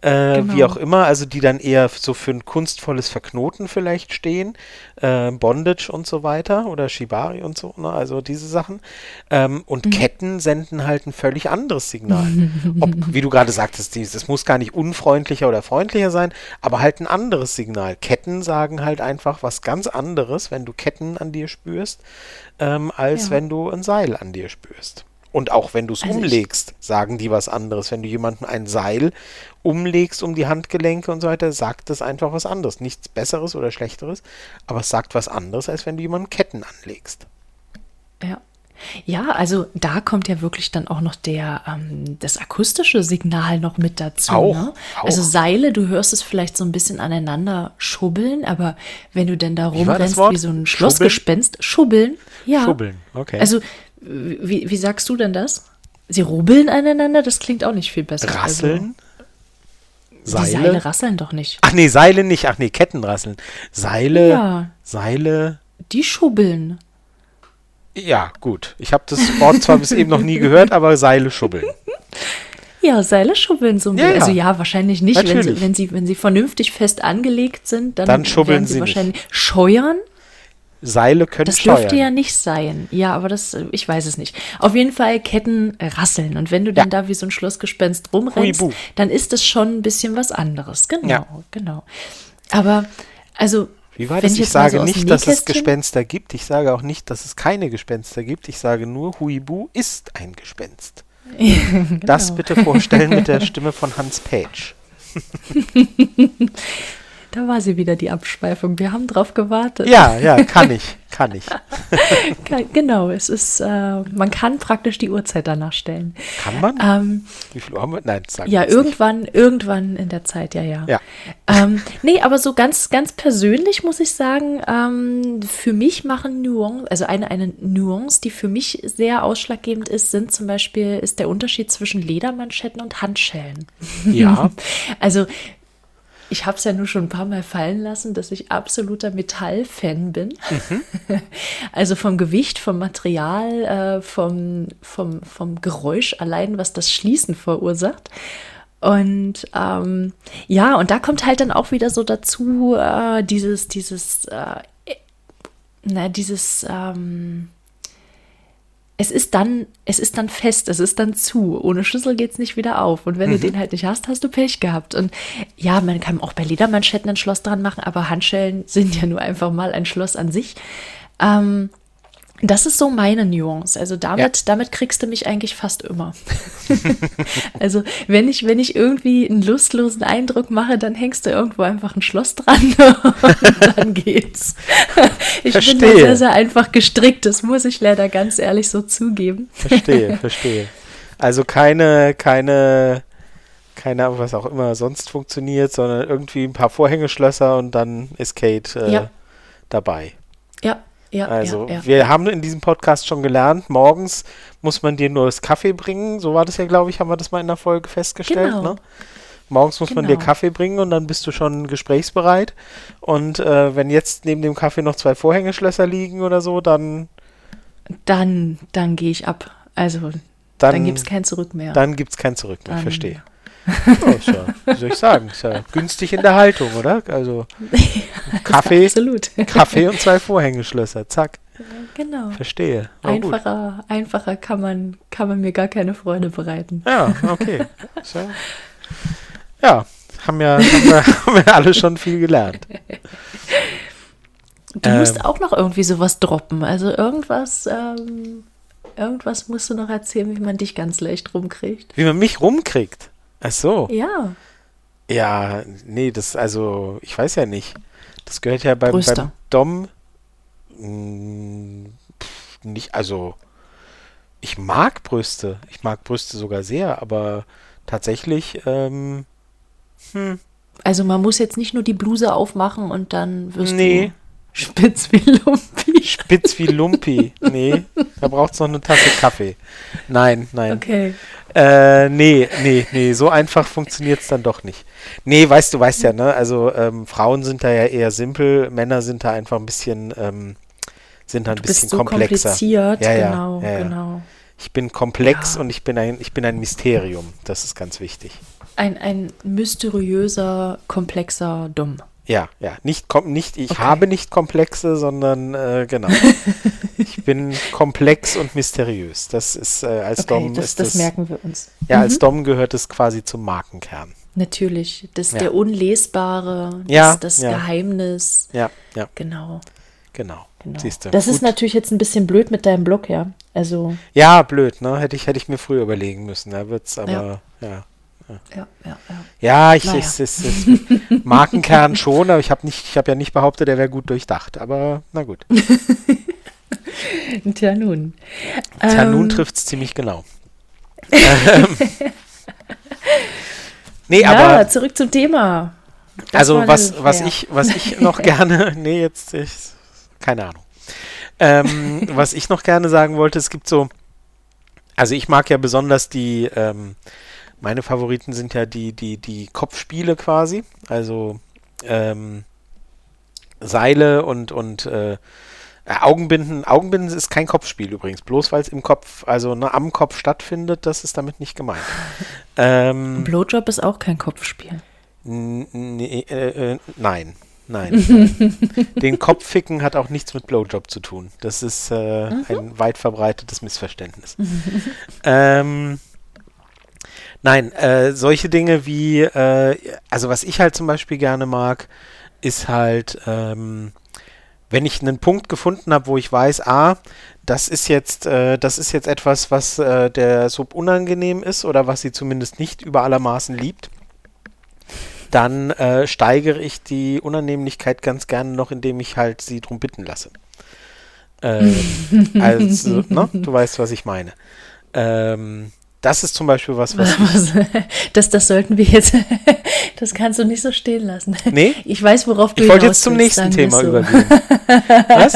äh, Genau. wie auch immer, also die dann eher so für ein kunstvolles Verknoten vielleicht stehen, äh, Bondage und so weiter oder Shibari und so, ne? Also diese Sachen. Ähm, und Mhm. Ketten senden halt ein völlig anderes Signal. Ob, wie du gerade sagtest, dies- das muss gar nicht unfreundlicher oder freundlicher sein, aber halt ein anderes Signal. Ketten sagen halt einfach was ganz anderes, wenn du Ketten an dir spürst, ähm, als Ja. wenn du ein Seil an dir spürst. Und auch wenn du es Also ich- umlegst, sagen die was anderes. Wenn du jemandem ein Seil umlegst um die Handgelenke und so weiter, sagt das einfach was anderes. Nichts Besseres oder Schlechteres, aber es sagt was anderes, als wenn du jemandem Ketten anlegst. Ja. Ja, also da kommt ja wirklich dann auch noch der, ähm, das akustische Signal noch mit dazu. Auch, Ne? auch. Also Seile, du hörst es vielleicht so ein bisschen aneinander schubbeln, aber wenn du denn da Wie war das rumrennst Wort? wie so ein Schlossgespenst, schubbeln, ja. Schubbeln, okay. Also wie, wie sagst du denn das? Sie rubbeln aneinander? Das klingt auch nicht viel besser. Rasseln? Also, die Seile rasseln doch nicht. Ach nee, Seile nicht. Ach nee, Ketten rasseln. Seile, Ja. Seile. Die schubbeln. Ja, gut. Ich habe das Wort zwar bis eben noch nie gehört, aber Seile schubbeln. Ja, Seile schubbeln so ein Ja, bisschen. ja. Also ja, wahrscheinlich nicht. Wenn sie, Natürlich. wenn, sie, wenn sie vernünftig fest angelegt sind, dann, Dann schubbeln werden sie, sie nicht. wahrscheinlich scheuern. Seile können Das steuern. dürfte ja nicht sein. Ja, aber das, äh, ich weiß es nicht. Auf jeden Fall Ketten rasseln. Und wenn du dann Ja. da wie so ein Schlossgespenst rumrennst, Huibu. dann ist das schon ein bisschen was anderes. Genau, Ja. genau. Aber, also, Wie war wenn das? Ich jetzt mal sage so aus dem nicht, dass es Nähkästchen- Gespenster gibt. Ich sage auch nicht, dass es keine Gespenster gibt. Ich sage nur, Huibu ist ein Gespenst. Das Genau. bitte vorstellen mit der Stimme von Hans Page. Da war sie wieder, die Abschweifung. Wir haben drauf gewartet. Ja, ja, kann ich, kann ich. Ke- Genau, es ist, äh, man kann praktisch die Uhrzeit danach stellen. Kann man? Ähm, Wie viel Uhr haben wir? Nein, das sagen ja, wir jetzt nicht. irgendwann, irgendwann in der Zeit, ja, ja. Ja. Ähm, nee, aber so ganz, ganz persönlich muss ich sagen, ähm, für mich machen Nuancen, also eine, eine Nuance, die für mich sehr ausschlaggebend ist, sind zum Beispiel, ist der Unterschied zwischen Ledermanschetten und Handschellen. Ja. Also, ich habe es ja nur schon ein paar Mal fallen lassen, dass ich absoluter Metall-Fan bin. Also vom Gewicht, vom Material, äh, vom, vom, vom Geräusch allein, was das Schließen verursacht. Und ähm, ja, und da kommt halt dann auch wieder so dazu, äh, dieses, dieses, äh, na, dieses, ähm, es ist dann, es ist dann fest, es ist dann zu. Ohne Schlüssel geht's nicht wieder auf. Und wenn du den halt nicht hast, hast du Pech gehabt. Und ja, man kann auch bei Ledermanschetten ein Schloss dran machen, aber Handschellen sind ja nur einfach mal ein Schloss an sich. Ähm, das ist so meine Nuance. Also damit, Ja. damit kriegst du mich eigentlich fast immer. Also wenn ich, wenn ich irgendwie einen lustlosen Eindruck mache, dann hängst du irgendwo einfach ein Schloss dran und dann geht's. Ich bin da Verstehe. sehr, sehr einfach gestrickt. Das muss ich leider ganz ehrlich so zugeben. Verstehe, verstehe. Also keine, keine, keine, was auch immer sonst funktioniert, sondern irgendwie ein paar Vorhängeschlösser und dann ist Kate äh, Ja. dabei. Ja, ja, Also ja, ja. wir haben in diesem Podcast schon gelernt, morgens muss man dir nur das Kaffee bringen. So war das ja, glaube ich, haben wir das mal in der Folge festgestellt. Genau. Ne? Morgens muss man dir Genau. Kaffee bringen und dann bist du schon gesprächsbereit. Und äh, wenn jetzt neben dem Kaffee noch zwei Vorhängeschlösser liegen oder so, dann, Dann, dann gehe ich ab. Also dann, dann, gibt es kein Zurück mehr. dann gibt es kein Zurück mehr. Dann- Verstehe. Ja, ist ja, wie soll ich sagen, ist ja günstig in der Haltung, oder? Also Kaffee, Absolut. Kaffee und zwei Vorhängeschlösser, zack, Genau. verstehe. War gut. Einfacher, einfacher kann man, kann man mir gar keine Freude bereiten. Ja, okay. Ist ja, ja, haben ja, haben wir, haben wir alle schon viel gelernt. Du Ähm. musst auch noch irgendwie sowas droppen. Also irgendwas, ähm, irgendwas musst du noch erzählen, wie man dich ganz leicht rumkriegt. Wie man mich rumkriegt. Ach so. Ja, Ja, nee, das, also, ich weiß ja nicht. Das gehört ja beim, Brüste. beim Dom mh, pff, nicht, also, ich mag Brüste. Ich mag Brüste sogar sehr, aber tatsächlich, ähm, hm, also man muss jetzt nicht nur die Bluse aufmachen und dann wirst Nee. du spitz wie Lumpi. spitz wie Lumpi. Nee, da braucht es noch eine Tasse Kaffee. Nein, nein. Okay. Äh, nee, nee, nee, so einfach funktioniert es dann doch nicht. Nee, weißt du, weißt ja, ne, also ähm, Frauen sind da ja eher simpel, Männer sind da einfach ein bisschen, ähm, sind da ein Du bisschen bist so komplexer. kompliziert. Ja, ja, genau, ja, ja. genau. Ich bin komplex Ja. und ich bin ein, ich bin ein Mysterium, das ist ganz wichtig. Ein, ein mysteriöser, komplexer Dom. Ja, ja, nicht, kom nicht ich Okay. habe nicht Komplexe, sondern äh, genau. Ich bin komplex und mysteriös. Das ist äh, als Okay, Dom das, ist das das, merken wir uns. ja, als Mhm. Dom gehört es quasi zum Markenkern. Natürlich, das Ja. der Unlesbare, das, Ja, das ja. Geheimnis. Ja, ja, Genau, genau. genau. Siehst du. Das ist Gut. natürlich jetzt ein bisschen blöd mit deinem Blog, ja. Also, Ja, blöd, ne? Hätte ich, hätte ich mir früher überlegen müssen. Da wird's aber, ja. ja, ja, ja. Ja, ich, Naja. es ist, es ist Markenkern schon, aber ich habe nicht, ich habe ja nicht behauptet, er wäre gut durchdacht. Aber na gut. Tja, nun. Tja, nun Ähm, trifft's ziemlich genau. ähm, nee, ja, aber zurück zum Thema. Das also war was, eine- was ja. ich, was ich noch gerne, nee, jetzt, ich, keine Ahnung. Ähm, was ich noch gerne sagen wollte, es gibt so, also ich mag ja besonders die, ähm, meine Favoriten sind ja die, die, die Kopfspiele quasi, also ähm, Seile und, und äh, äh, Augenbinden. Augenbinden ist kein Kopfspiel übrigens, bloß weil es im Kopf, also ne, am Kopf stattfindet, das ist damit nicht gemeint. Ähm, Blowjob ist auch kein Kopfspiel. n- nee, äh, äh, nein, nein. Den Kopfficken hat auch nichts mit Blowjob zu tun. Das ist äh, ein weit verbreitetes Missverständnis. ähm, nein, äh, solche Dinge wie, äh, also was ich halt zum Beispiel gerne mag, ist halt, ähm, wenn ich einen Punkt gefunden habe, wo ich weiß, ah, das ist jetzt, äh, das ist jetzt etwas, was äh, der Sub unangenehm ist oder was sie zumindest nicht über allermaßen liebt, dann äh, steigere ich die Unannehmlichkeit ganz gerne noch, indem ich halt sie drum bitten lasse. Ähm, also, ne? Du weißt, was ich meine. Ähm, das ist zum Beispiel was, was Was, das, das sollten wir jetzt, das kannst du nicht so stehen lassen. Nee? Ich weiß, worauf du Ich wollte hinaus jetzt zum willst, nächsten sagen wir es Thema so. übergehen. Was?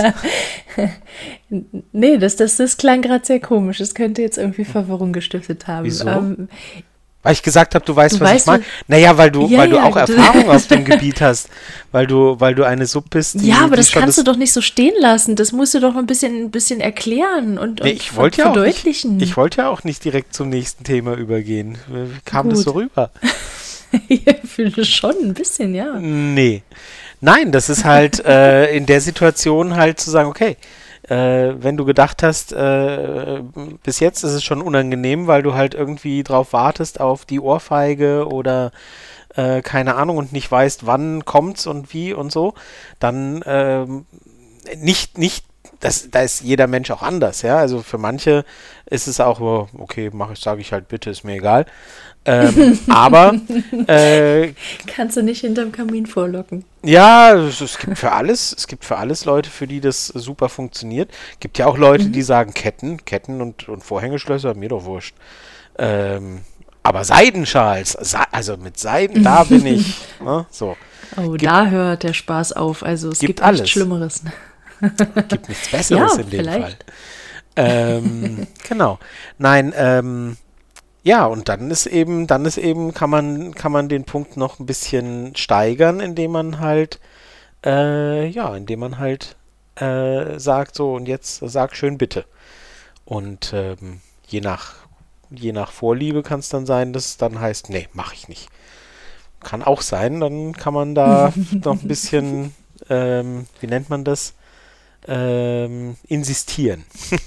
Nee, das, das, das klang gerade sehr komisch. Das könnte jetzt irgendwie Verwirrung gestiftet haben. Wieso? Ähm, Weil ich gesagt habe, du weißt, Du was weißt, ich meine. was- Naja, weil du, Ja, weil du ja, auch du- Erfahrung aus dem Gebiet hast. Weil du, weil du eine Sub bist, die ja, aber die das schon kannst du doch nicht so stehen lassen. Das musst du doch ein bisschen, ein bisschen erklären und, Nee, und ich wollte ja auch nicht, verdeutlichen. ich wollte ja auch nicht direkt zum nächsten Thema übergehen. Wie kam das Gut. so rüber? Ich finde schon ein bisschen, ja. Nee. Nein, das ist halt äh, in der Situation halt zu sagen, okay, äh, wenn du gedacht hast, äh, bis jetzt ist es schon unangenehm, weil du halt irgendwie drauf wartest auf die Ohrfeige oder äh, keine Ahnung und nicht weißt, wann kommt's und wie und so, dann ähm, nicht, nicht, das, da ist jeder Mensch auch anders, ja, also für manche ist es auch, oh, okay, mach ich, sage ich halt bitte, ist mir egal, ähm, aber äh, Kannst du nicht hinterm Kamin vorlocken. ja, es, es gibt für alles, es gibt für alles Leute, für die das super funktioniert. Gibt ja auch Leute, die sagen Ketten, Ketten und, und Vorhängeschlösser, mir doch wurscht. Ähm, aber Seidenschals, Sa also mit Seiden, da bin ich, ne, so. Oh, Gibt- da hört der Spaß auf. Also es Gibt gibt, alles. nichts Schlimmeres. Gibt nichts Besseres Ja, in dem vielleicht. Fall. Ähm, genau. Nein, ähm, ja, und dann ist eben, dann ist eben, kann man, kann man den Punkt noch ein bisschen steigern, indem man halt, äh, ja, indem man halt äh, sagt, so, und jetzt sag schön bitte. Und ähm, je nach, je nach Vorliebe kann es dann sein, dass es dann heißt, nee, mache ich nicht. Kann auch sein, dann kann man da noch ein bisschen, ähm, wie nennt man das? Ähm, insistieren.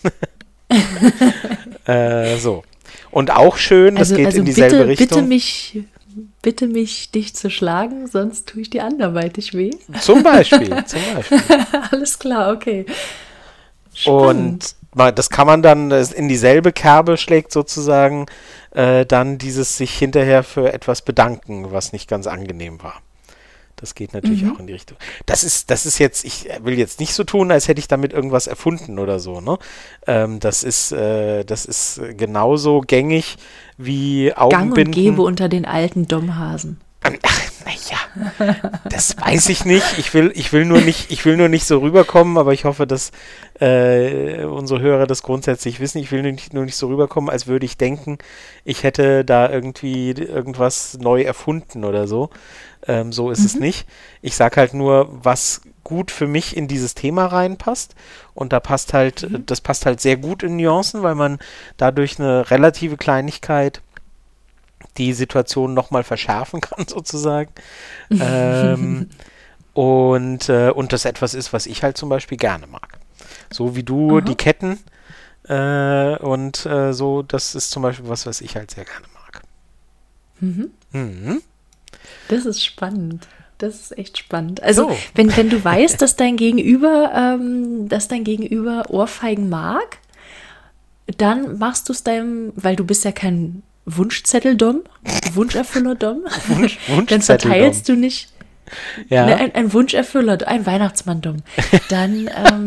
äh, so. Und auch schön, das Also, geht also in dieselbe bitte, Richtung. bitte mich, bitte mich, dich zu schlagen, sonst tue ich dir anderweitig weh. Zum Beispiel, zum Beispiel. Alles klar, okay. Spannend. Und mal, das kann man dann das in dieselbe Kerbe schlägt sozusagen äh, dann dieses sich hinterher für etwas bedanken, was nicht ganz angenehm war. Das geht natürlich Mhm. auch in die Richtung. Das ist, das ist jetzt, ich will jetzt nicht so tun, als hätte ich damit irgendwas erfunden oder so, ne? Ähm, das ist, äh, das ist genauso gängig wie Gang und Augenbinden. Gäbe unter den alten Domhasen. Ach, naja, das weiß ich nicht. Ich will, ich will nur nicht, ich will nur nicht so rüberkommen, aber ich hoffe, dass äh, unsere Hörer das grundsätzlich wissen. Ich will nur nicht, nur nicht so rüberkommen, als würde ich denken, ich hätte da irgendwie irgendwas neu erfunden oder so. Ähm, so ist es nicht. Ich sag halt nur, was gut für mich in dieses Thema reinpasst. Und da passt halt, das passt halt sehr gut in Nuancen, weil man dadurch eine relative Kleinigkeit die Situation nochmal verschärfen kann, sozusagen. ähm, und, äh, und das etwas ist, was ich halt zum Beispiel gerne mag. So wie du Aha. die Ketten äh, und äh, so, das ist zum Beispiel was, was ich halt sehr gerne mag. Mhm. Mhm. Das ist spannend. Das ist echt spannend. Also, So. wenn, wenn du weißt, dass dein Gegenüber, ähm, dass dein Gegenüber Ohrfeigen mag, dann machst du es deinem, weil du bist ja kein Wunschzettel-Dom, Wunscherfüller-Dom, Wunsch, dann Wunschzettel-Dom. verteilst du nicht, Ja. ne, ein, ein Wunscherfüller, ein Weihnachtsmann-Dom, dann, ähm,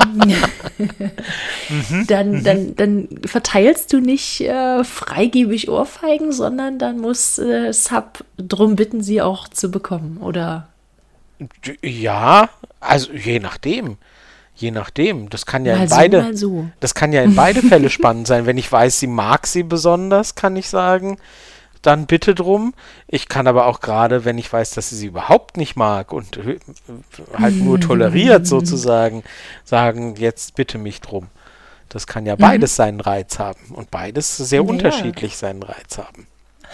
dann, dann, dann verteilst du nicht äh, freigebig Ohrfeigen, sondern dann muss äh, Sub drum bitten, sie auch zu bekommen, oder? Ja, also je nachdem. Je nachdem. Das kann ja Mal in so, beide, mal so. das kann ja in beide Fälle spannend sein. Wenn ich weiß, sie mag sie besonders, kann ich sagen, dann bitte drum. Ich kann aber auch gerade, wenn ich weiß, dass sie sie überhaupt nicht mag und hö- halt nur toleriert sozusagen, sagen, jetzt bitte mich drum. Das kann ja beides seinen Reiz haben und beides sehr Ja, ja. unterschiedlich seinen Reiz haben.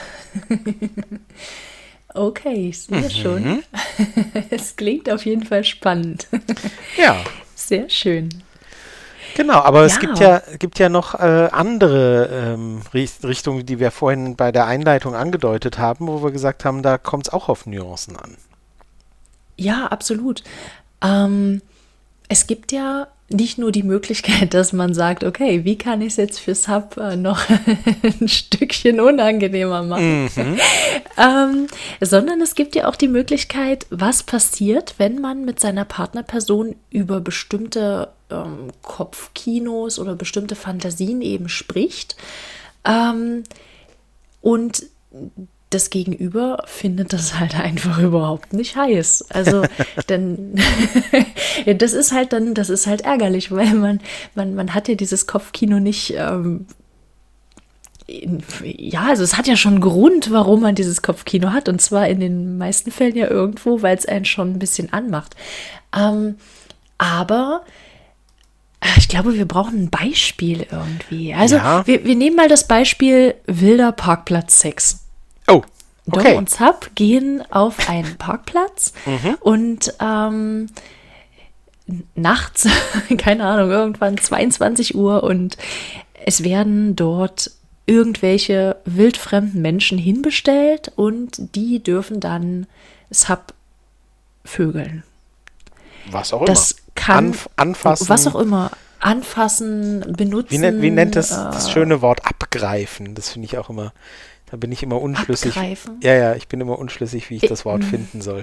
Okay, ich sehe schon. Mhm. Es klingt auf jeden Fall spannend. Ja. Sehr schön. Genau, aber es Ja. gibt ja, gibt ja noch äh, andere ähm, Richt- Richtungen, die wir vorhin bei der Einleitung angedeutet haben, wo wir gesagt haben, da kommt es auch auf Nuancen an. Ja, absolut. Ähm, es gibt ja nicht nur die Möglichkeit, dass man sagt, okay, wie kann ich es jetzt für Sub äh, noch ein Stückchen unangenehmer machen? ähm, sondern es gibt ja auch die Möglichkeit, was passiert, wenn man mit seiner Partnerperson über bestimmte ähm, Kopfkinos oder bestimmte Fantasien eben spricht. Ähm, und das Gegenüber findet das halt einfach überhaupt nicht heiß. Also, denn ja, das ist halt dann, das ist halt ärgerlich, weil man, man, man hat ja dieses Kopfkino nicht, ähm, in, ja, also es hat ja schon einen Grund, warum man dieses Kopfkino hat. Und zwar in den meisten Fällen ja irgendwo, weil es einen schon ein bisschen anmacht. Ähm, aber ich glaube, wir brauchen ein Beispiel irgendwie. Also, Ja. wir, wir nehmen mal das Beispiel wilder Parkplatz-Sex. Oh, Dom okay. und Sub gehen auf einen Parkplatz und ähm, nachts, keine Ahnung, irgendwann zweiundzwanzig Uhr und es werden dort irgendwelche wildfremden Menschen hinbestellt und die dürfen dann Sub vögeln. Was auch immer. Das kann, Anf anfassen. was auch immer, anfassen, benutzen. Wie nennt, wie nennt das das äh, schöne Wort abgreifen? Das finde ich auch immer, da bin ich immer unschlüssig. Abgreifen? Ja, ja, ich bin immer unschlüssig, wie ich das Wort finden soll.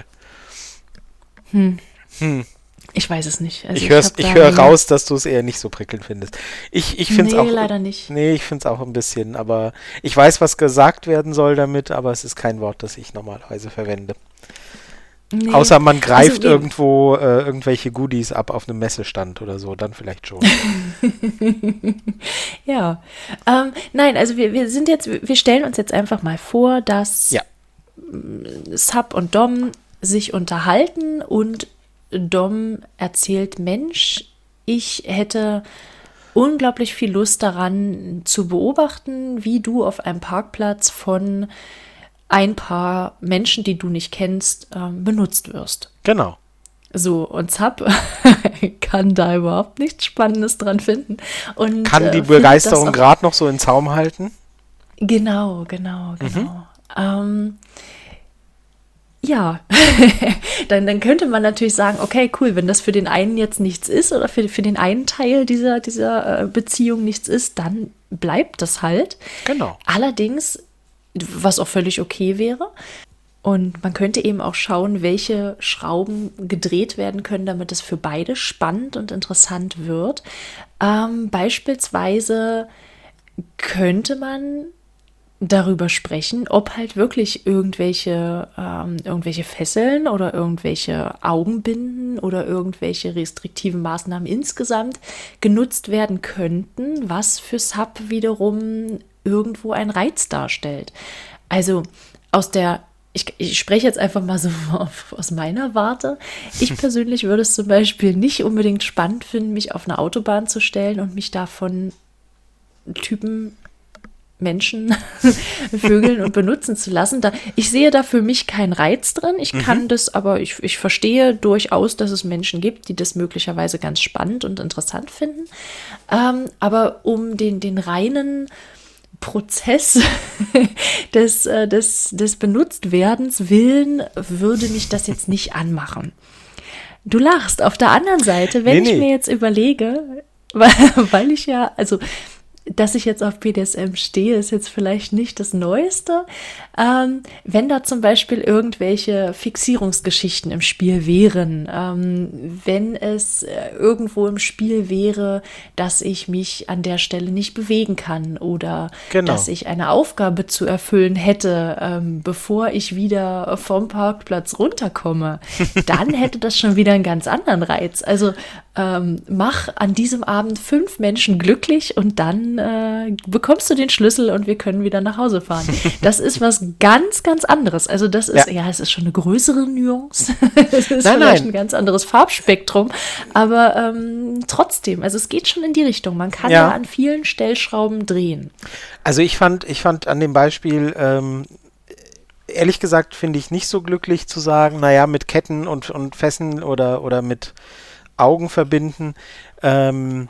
Ich weiß es nicht. Also Ich, hör's, hab ich da höre nie- raus, dass du es eher nicht so prickelnd findest. Ich, ich finde es Nee, auch. leider nicht. Nee, ich finde es auch ein bisschen, aber ich weiß, was gesagt werden soll damit, aber es ist kein Wort, das ich normalerweise verwende. Nee. Außer man greift Also wir- irgendwo äh, irgendwelche Goodies ab auf einem Messestand oder so, dann vielleicht schon. Ja, ähm, nein, also wir, wir sind jetzt, wir stellen uns jetzt einfach mal vor, dass Ja. Sub und Dom sich unterhalten und Dom erzählt, Mensch, ich hätte unglaublich viel Lust daran zu beobachten, wie du auf einem Parkplatz von ein paar Menschen, die du nicht kennst, ähm, benutzt wirst. Genau. So, und Sub kann da überhaupt nichts Spannendes dran finden. Und, Kann äh, die findet das Begeisterung auch- gerade noch so in Zaum halten? Genau, genau, genau. Ähm, ja, dann, dann könnte man natürlich sagen, okay, cool, wenn das für den einen jetzt nichts ist oder für, für den einen Teil dieser, dieser äh, Beziehung nichts ist, dann bleibt das halt. Genau. Allerdings, was auch völlig okay wäre. Und man könnte eben auch schauen, welche Schrauben gedreht werden können, damit es für beide spannend und interessant wird. Ähm, beispielsweise könnte man darüber sprechen, ob halt wirklich irgendwelche, ähm, irgendwelche Fesseln oder irgendwelche Augenbinden oder irgendwelche restriktiven Maßnahmen insgesamt genutzt werden könnten, was für Sub wiederum irgendwo einen Reiz darstellt. Also aus der Ich, ich spreche jetzt einfach mal so aus meiner Warte. Ich persönlich würde es zum Beispiel nicht unbedingt spannend finden, mich auf eine Autobahn zu stellen und mich da von Typen Menschen vögeln und benutzen zu lassen. Da, ich sehe da für mich keinen Reiz drin. Ich kann mhm. das, aber ich, ich verstehe durchaus, dass es Menschen gibt, die das möglicherweise ganz spannend und interessant finden. Ähm, aber um den, den reinen Prozess des, des, des Benutztwerdens willen, würde mich das jetzt nicht anmachen. Du lachst. Auf der anderen Seite, wenn nee, ich nee. mir jetzt überlege, weil, weil ich ja, also dass ich jetzt auf B D S M stehe, ist jetzt vielleicht nicht das Neueste. Ähm, wenn da zum Beispiel irgendwelche Fixierungsgeschichten im Spiel wären, ähm, wenn es äh, irgendwo im Spiel wäre, dass ich mich an der Stelle nicht bewegen kann oder genau. dass ich eine Aufgabe zu erfüllen hätte, ähm, bevor ich wieder vom Parkplatz runterkomme, dann hätte das schon wieder einen ganz anderen Reiz. Also ähm, mach an diesem Abend fünf Menschen glücklich und dann äh, bekommst du den Schlüssel und wir können wieder nach Hause fahren. Das ist was ganz, ganz anderes. Also das ist, ja, ja es ist schon eine größere Nuance. Es ist nein, vielleicht nein. ein ganz anderes Farbspektrum, aber ähm, trotzdem, also es geht schon in die Richtung. Man kann ja, ja an vielen Stellschrauben drehen. Also ich fand, ich fand an dem Beispiel, ähm, ehrlich gesagt, finde ich nicht so glücklich zu sagen, naja, mit Ketten und, und Fesseln oder, oder mit Augen verbinden. Ähm,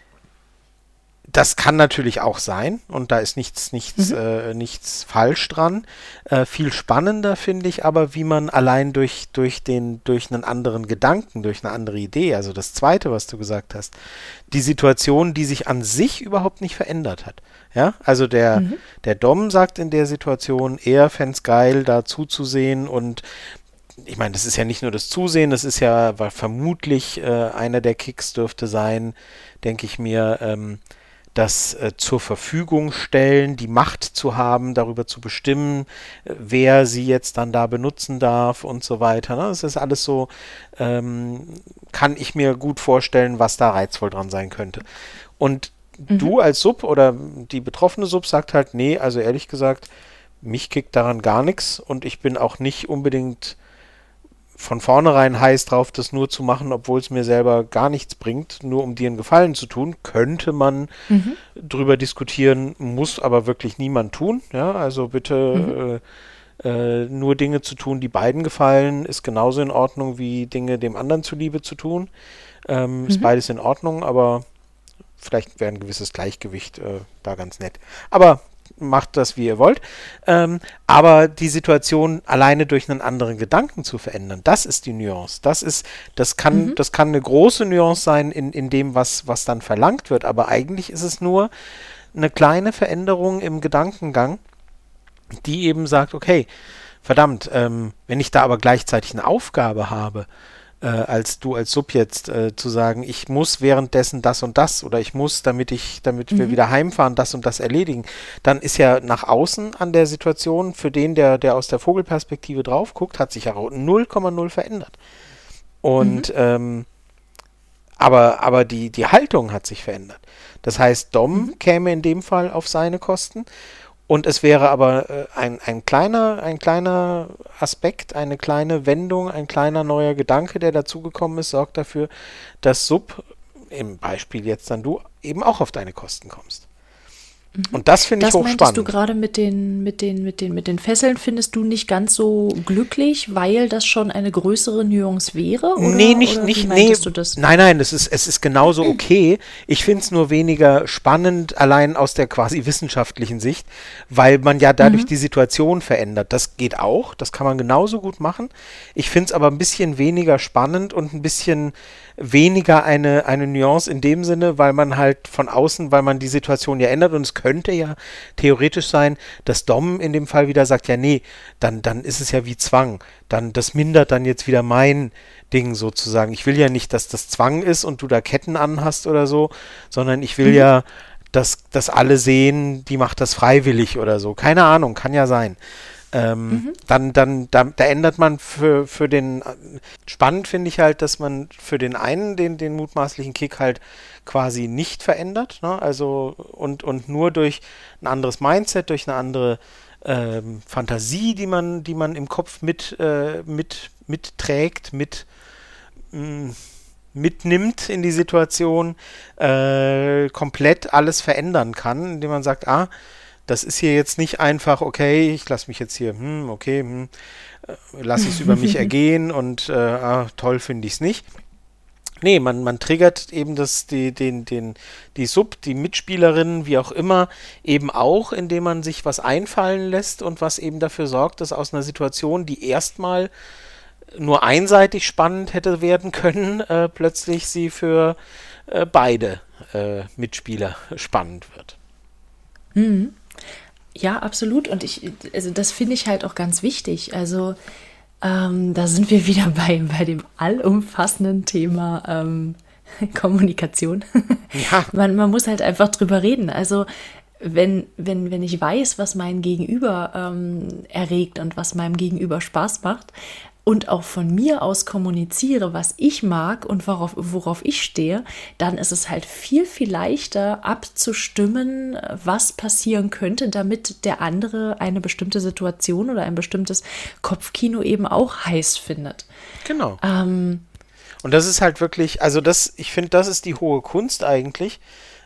das kann natürlich auch sein und da ist nichts, nichts, mhm. äh, nichts falsch dran. Äh, viel spannender finde ich aber, wie man allein durch, durch, den, durch einen anderen Gedanken, durch eine andere Idee, also das Zweite, was du gesagt hast, die Situation, die sich an sich überhaupt nicht verändert hat. Ja, also der, mhm. der Dom sagt in der Situation, er fände es geil, da zuzusehen und ich meine, das ist ja nicht nur das Zusehen, das ist ja weil vermutlich äh, einer der Kicks dürfte sein, denke ich mir, ähm, das äh, zur Verfügung stellen, die Macht zu haben, darüber zu bestimmen, äh, wer sie jetzt dann da benutzen darf und so weiter. Ne? Das ist alles so, ähm, kann ich mir gut vorstellen, was da reizvoll dran sein könnte. Und mhm. du als Sub oder die betroffene Sub sagt halt, nee, also ehrlich gesagt, mich kickt daran gar nichts und ich bin auch nicht unbedingt von vornherein heiß drauf, das nur zu machen, obwohl es mir selber gar nichts bringt, nur um dir einen Gefallen zu tun, könnte man mhm. drüber diskutieren, muss aber wirklich niemand tun. Ja, also bitte mhm. äh, äh, nur Dinge zu tun, die beiden gefallen, ist genauso in Ordnung, wie Dinge dem anderen zuliebe zu tun. Ähm, mhm. Ist beides in Ordnung, aber vielleicht wäre ein gewisses Gleichgewicht äh, da ganz nett. Aber macht das, wie ihr wollt. Ähm, aber die Situation alleine durch einen anderen Gedanken zu verändern, das ist die Nuance. Das ist, das kann, mhm. das kann eine große Nuance sein in, in dem, was, was dann verlangt wird. Aber eigentlich ist es nur eine kleine Veränderung im Gedankengang, die eben sagt, okay, verdammt, ähm, wenn ich da aber gleichzeitig eine Aufgabe habe, Äh, als du als Sub jetzt äh, zu sagen, ich muss währenddessen das und das oder ich muss, damit ich, damit mhm. wir wieder heimfahren, das und das erledigen, dann ist ja nach außen an der Situation für den, der, der aus der Vogelperspektive drauf guckt, hat sich ja null Komma null verändert. Und mhm. ähm, aber, aber die, die Haltung hat sich verändert. Das heißt, Dom mhm. käme in dem Fall auf seine Kosten. Und es wäre aber äh, ein, ein, kleiner, ein kleiner Aspekt, eine kleine Wendung, ein kleiner neuer Gedanke, der dazugekommen ist, sorgt dafür, dass Sub, im Beispiel jetzt dann du, eben auch auf deine Kosten kommst. Mhm. Und das finde ich hochspannend. Das meintest du gerade mit den, mit, den, mit, den, mit den Fesseln, findest du nicht ganz so glücklich, weil das schon eine größere Nuance wäre? Oder, nee, nicht, oder nicht, nee. Du das? Nein, nein, es ist, es ist genauso okay. Ich finde es nur weniger spannend, allein aus der quasi wissenschaftlichen Sicht, weil man ja dadurch mhm. die Situation verändert. Das geht auch, das kann man genauso gut machen. Ich finde es aber ein bisschen weniger spannend und ein bisschen weniger eine, eine Nuance in dem Sinne, weil man halt von außen, weil man die Situation ja ändert und es könnte ja theoretisch sein, dass Dom in dem Fall wieder sagt, ja nee, dann, dann ist es ja wie Zwang, dann das mindert dann jetzt wieder mein Ding sozusagen. Ich will ja nicht, dass das Zwang ist und du da Ketten anhast oder so, sondern ich will mhm. ja, dass, dass alle sehen, die macht das freiwillig oder so. Keine Ahnung, kann ja sein. Ähm, mhm. Dann, dann, da, da ändert man für, für den, spannend finde ich halt, dass man für den einen den, den mutmaßlichen Kick halt quasi nicht verändert, ne? Also und, und nur durch ein anderes Mindset, durch eine andere ähm, Fantasie, die man, die man im Kopf mit, äh, mit, mitträgt, mit mh, mitnimmt in die Situation, äh, komplett alles verändern kann, indem man sagt, ah, Das ist hier jetzt nicht einfach, okay, ich lasse mich jetzt hier, hm, okay, hm, lasse ich es über mich ergehen und äh, ah, toll finde ich es nicht. Nee, man, man triggert eben das, die, den, den, die Sub, die Mitspielerinnen, wie auch immer, eben auch, indem man sich was einfallen lässt und was eben dafür sorgt, dass aus einer Situation, die erstmal nur einseitig spannend hätte werden können, äh, plötzlich sie für äh, beide äh, Mitspieler spannend wird. Mhm. Ja, absolut. Und ich, also das finde ich halt auch ganz wichtig. Also Ähm, da sind wir wieder bei, bei dem allumfassenden Thema ähm, Kommunikation. Ja. man, man muss halt einfach drüber reden. Also wenn, wenn, wenn ich weiß, was mein Gegenüber ähm, erregt und was meinem Gegenüber Spaß macht und auch von mir aus kommuniziere, was ich mag und worauf, worauf ich stehe, dann ist es halt viel, viel leichter abzustimmen, was passieren könnte, damit der andere eine bestimmte Situation oder ein bestimmtes Kopfkino eben auch heiß findet. Genau. Ähm, und das ist halt wirklich, also das, ich finde, das ist die hohe Kunst eigentlich.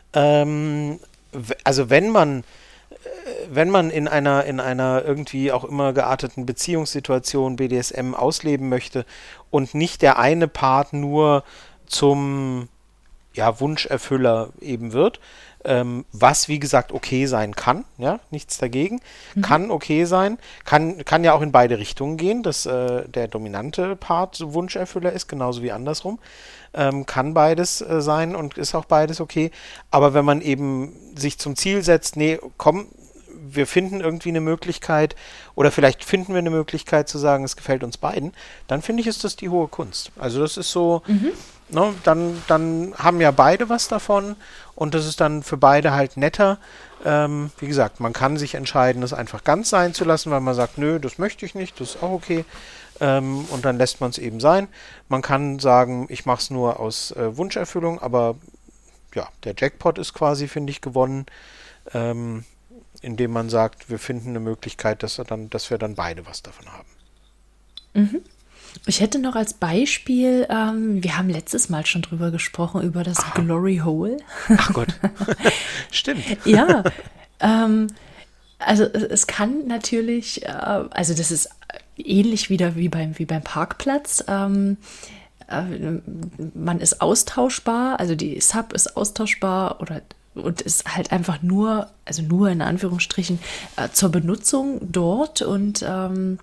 Ähm, w- also wenn man wenn man in einer, in einer irgendwie auch immer gearteten Beziehungssituation B D S M ausleben möchte und nicht der eine Part nur zum ja, Wunscherfüller eben wird, ähm, was wie gesagt okay sein kann, ja, nichts dagegen, mhm. kann okay sein, kann, kann ja auch in beide Richtungen gehen, dass äh, der dominante Part so Wunscherfüller ist, genauso wie andersrum, ähm, kann beides äh, sein und ist auch beides okay, aber wenn man eben sich zum Ziel setzt, nee, komm, wir finden irgendwie eine Möglichkeit oder vielleicht finden wir eine Möglichkeit zu sagen, es gefällt uns beiden, dann finde ich, ist das die hohe Kunst. Also das ist so, mhm. ne, dann, dann haben ja beide was davon und das ist dann für beide halt netter. Ähm, wie gesagt, man kann sich entscheiden, das einfach ganz sein zu lassen, weil man sagt, nö, das möchte ich nicht, das ist auch okay. Ähm, und dann lässt man es eben sein. Man kann sagen, ich mache es nur aus äh, Wunscherfüllung, aber ja, der Jackpot ist quasi, finde ich, gewonnen. Ähm, indem man sagt, wir finden eine Möglichkeit, dass wir dann, dass wir dann beide was davon haben. Mhm. Ich hätte noch als Beispiel, ähm, wir haben letztes Mal schon drüber gesprochen, über das Aha. Glory Hole. Ach Gott, stimmt. Ja, ähm, also es kann natürlich, äh, also das ist ähnlich wieder wie beim, wie beim Parkplatz, ähm, äh, man ist austauschbar, also die Sub ist austauschbar oder und ist halt einfach nur, also nur in Anführungsstrichen, äh, zur Benutzung dort und ähm,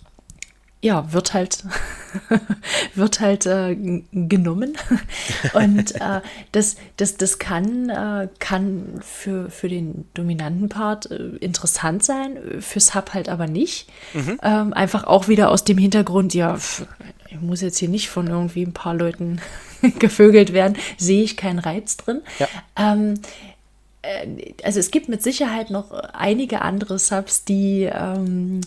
ja, wird halt wird halt äh, genommen und äh, das, das, das kann, äh, kann für, für den dominanten Part äh, interessant sein, für Sub halt aber nicht. Mhm. Ähm, einfach auch wieder aus dem Hintergrund, ja, ich muss jetzt hier nicht von irgendwie ein paar Leuten gevögelt werden, sehe ich keinen Reiz drin. Ja. Ähm, äh, also es gibt mit Sicherheit noch einige andere Subs, die, ähm,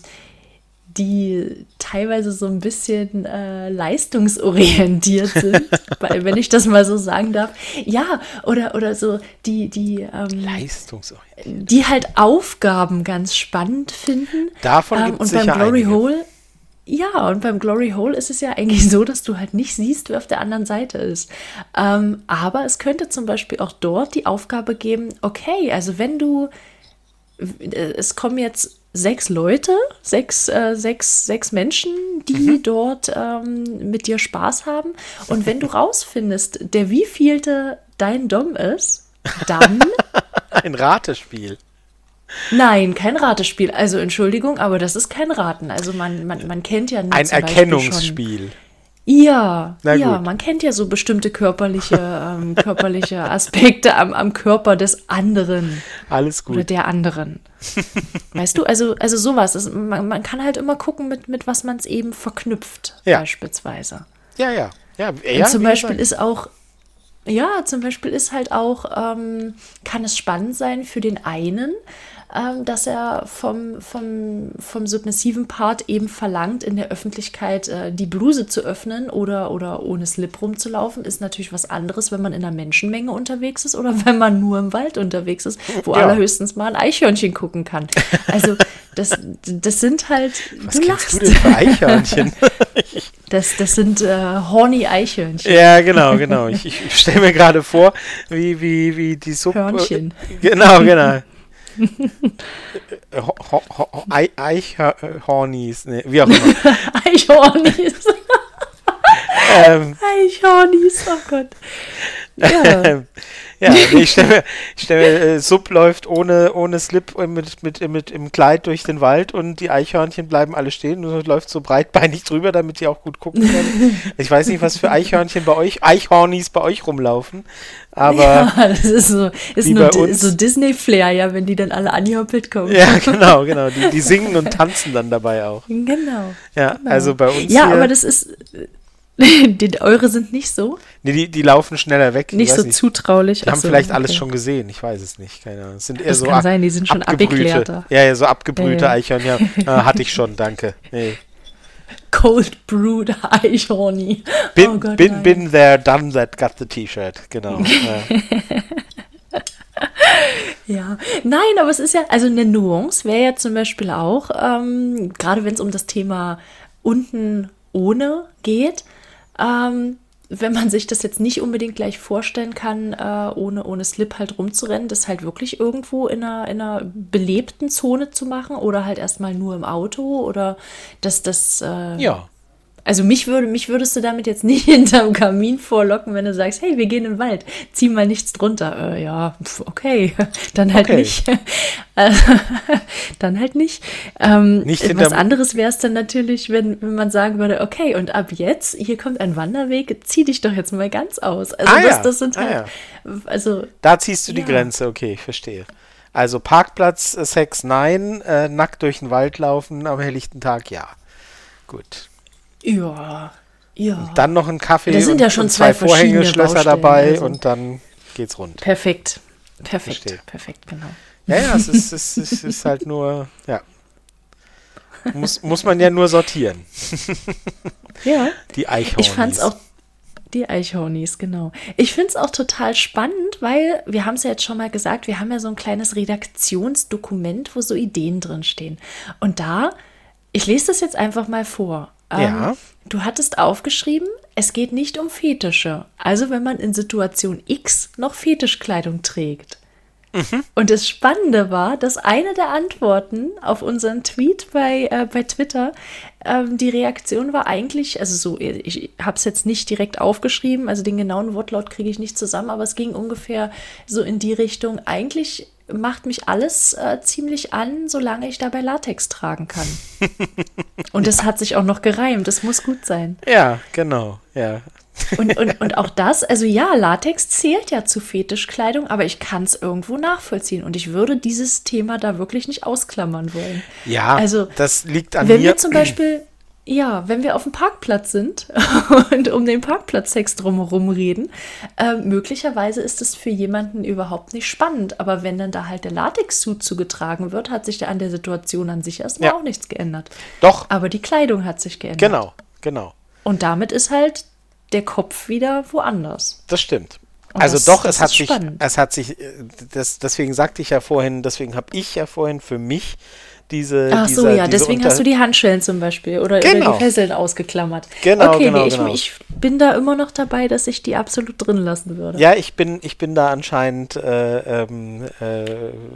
die teilweise so ein bisschen äh, leistungsorientiert sind, weil, wenn ich das mal so sagen darf. Ja, oder, oder so, die, die, ähm, leistungsorientiert. Die halt Aufgaben ganz spannend finden. Davon ähm, gibt es und sicher beim Glory einige. Hole Ja, und beim Glory Hole ist es ja eigentlich so, dass du halt nicht siehst, wer auf der anderen Seite ist. Ähm, aber es könnte zum Beispiel auch dort die Aufgabe geben, okay, also wenn du, es kommen jetzt sechs Leute, sechs, äh, sechs, sechs Menschen, die mhm. dort ähm, mit dir Spaß haben. Und wenn du rausfindest, der wievielte dein Dom ist, dann... Ein Ratespiel. Nein, kein Ratespiel. Also Entschuldigung, aber das ist kein Raten. Also man, man, man kennt ja ein Erkennungsspiel. Ja, ja, man kennt ja so bestimmte körperliche, ähm, körperliche Aspekte am, am Körper des anderen. Alles gut. Oder der anderen. Weißt du, also, also sowas. Also man, man kann halt immer gucken, mit, mit was man es eben verknüpft, ja. beispielsweise. Ja, ja. ja, ja Und zum Beispiel ist auch, ja, zum Beispiel ist halt auch, ähm, kann es spannend sein für den einen, ähm, dass er vom, vom, vom submissiven Part eben verlangt, in der Öffentlichkeit äh, die Bluse zu öffnen oder, oder ohne Slip rumzulaufen, ist natürlich was anderes, wenn man in einer Menschenmenge unterwegs ist oder wenn man nur im Wald unterwegs ist, wo ja. allerhöchstens mal ein Eichhörnchen gucken kann. Also das, das sind halt, was du lachst. Du denn für Eichhörnchen? Das, das sind äh, horny Eichhörnchen. Ja, genau, genau. Ich, ich stelle mir gerade vor, wie, wie, wie die Sub... Hörnchen. Genau, genau. Ho- ho- ho- Ei- Eichhornis, nee, wie auch immer. Eichhornis. ähm, Eichhornis, oh Gott. Ja. Ja, nee, ich stelle mir, ich stell mir äh, Sub läuft ohne, ohne Slip mit, mit, mit im Kleid durch den Wald und die Eichhörnchen bleiben alle stehen und läuft so breitbeinig drüber, damit die auch gut gucken können. Ich weiß nicht, was für Eichhörnchen bei euch, Eichhornis bei euch rumlaufen, aber Ja, das ist so, ist wie nur bei Di- uns. so Disney-Flair, ja, wenn die dann alle angehoppelt kommen. Ja, genau, genau. Die, die singen und tanzen dann dabei auch. Genau. Ja, Genau. also bei uns Ja, hier, aber das ist, die, eure sind nicht so, nee, die, die laufen schneller weg. Ich nicht weiß so nicht. zutraulich. Die haben Ach so, vielleicht alles okay. schon gesehen, ich weiß es nicht. Keine Ahnung. Es sind eher Das so kann ab- sein, die sind schon abgebrühte. abgeklärter. Ja, ja, so abgebrühte Ja, ja. Eichhörnchen. Ja, hatte ich schon, danke. Nee. Cold Brewed Eichhorni. Bin, oh Gott, bin, nein. bin there, done that, got the T-Shirt. Genau. ja. Ja, nein, aber es ist ja, also eine Nuance wäre ja zum Beispiel auch, ähm, gerade wenn es um das Thema unten ohne geht, ähm, wenn man sich das jetzt nicht unbedingt gleich vorstellen kann, äh, ohne, ohne Slip halt rumzurennen, das halt wirklich irgendwo in einer, in einer belebten Zone zu machen oder halt erstmal nur im Auto oder dass das, äh, ja. also mich würde, mich würdest du damit jetzt nicht hinterm Kamin vorlocken, wenn du sagst, hey, wir gehen in den Wald, zieh mal nichts drunter. Äh, ja, pf, okay, dann halt Okay. nicht. Äh, dann halt nicht. Ähm, Nicht was hinterm- anderes wäre es dann natürlich, wenn, wenn man sagen würde, okay, und ab jetzt, hier kommt ein Wanderweg, zieh dich doch jetzt mal ganz aus. Also Ah das, ja, das sind ah halt, also Da ziehst du die Ja. Grenze, okay, ich verstehe. Also Parkplatz, äh, Sex, nein, äh, nackt durch den Wald laufen am helllichten Tag, ja. Gut. ja, ja. Dann noch ein Kaffee Das sind und, ja schon und zwei zwei verschiedene Vorhängeschlösser Baustellen, dabei also. und dann geht's rund. Perfekt. Perfekt, Verstehe. perfekt, genau. Ja, ja, es ist, es ist, es ist halt nur, ja. Muss, muss man ja nur sortieren. Ja. Die Eichhornis. Ich fand's auch, die Eichhornis, genau. Ich find's auch total spannend, weil, wir haben es ja jetzt schon mal gesagt, wir haben ja so ein kleines Redaktionsdokument, wo so Ideen drin stehen. Und da, ich lese das jetzt einfach mal vor. Ähm, Ja. Du hattest aufgeschrieben, es geht nicht um Fetische. Also wenn man in Situation X noch Fetischkleidung trägt. Und das Spannende war, dass eine der Antworten auf unseren Tweet bei, äh, bei Twitter, ähm, die Reaktion war eigentlich, also so, ich habe es jetzt nicht direkt aufgeschrieben, also den genauen Wortlaut kriege ich nicht zusammen, aber es ging ungefähr so in die Richtung, eigentlich macht mich alles äh, ziemlich an, solange ich dabei Latex tragen kann. Und das hat sich auch noch gereimt, das muss gut sein. Ja, genau, ja. Und, und, und auch das, also ja, Latex zählt ja zu Fetischkleidung, aber ich kann es irgendwo nachvollziehen. Und ich würde dieses Thema da wirklich nicht ausklammern wollen. Ja, Also, das liegt an Wenn mir. wir zum Beispiel, ja, wenn wir auf dem Parkplatz sind und um den Parkplatzsex drumherum reden, äh, möglicherweise ist es für jemanden überhaupt nicht spannend. Aber wenn dann da halt der Latex-Suit zugetragen wird, hat sich da an der Situation an sich erstmal Ja. auch nichts geändert. Doch, Aber die Kleidung hat sich geändert. genau, genau. Und damit ist halt der Kopf wieder woanders. Das stimmt. Und Also das- doch, das es hat ist sich, spannend. es hat sich, äh, das, deswegen sagte ich ja vorhin, deswegen habe ich ja vorhin für mich diese. Ach so, dieser, ja, diese deswegen Unter- hast du die Handschellen zum Beispiel oder, Genau. oder die Fesseln ausgeklammert. Genau, okay, genau, nee, ich, genau. ich bin da immer noch dabei, dass ich die absolut drin lassen würde. Ja, ich bin, ich bin da anscheinend, äh, ähm, äh,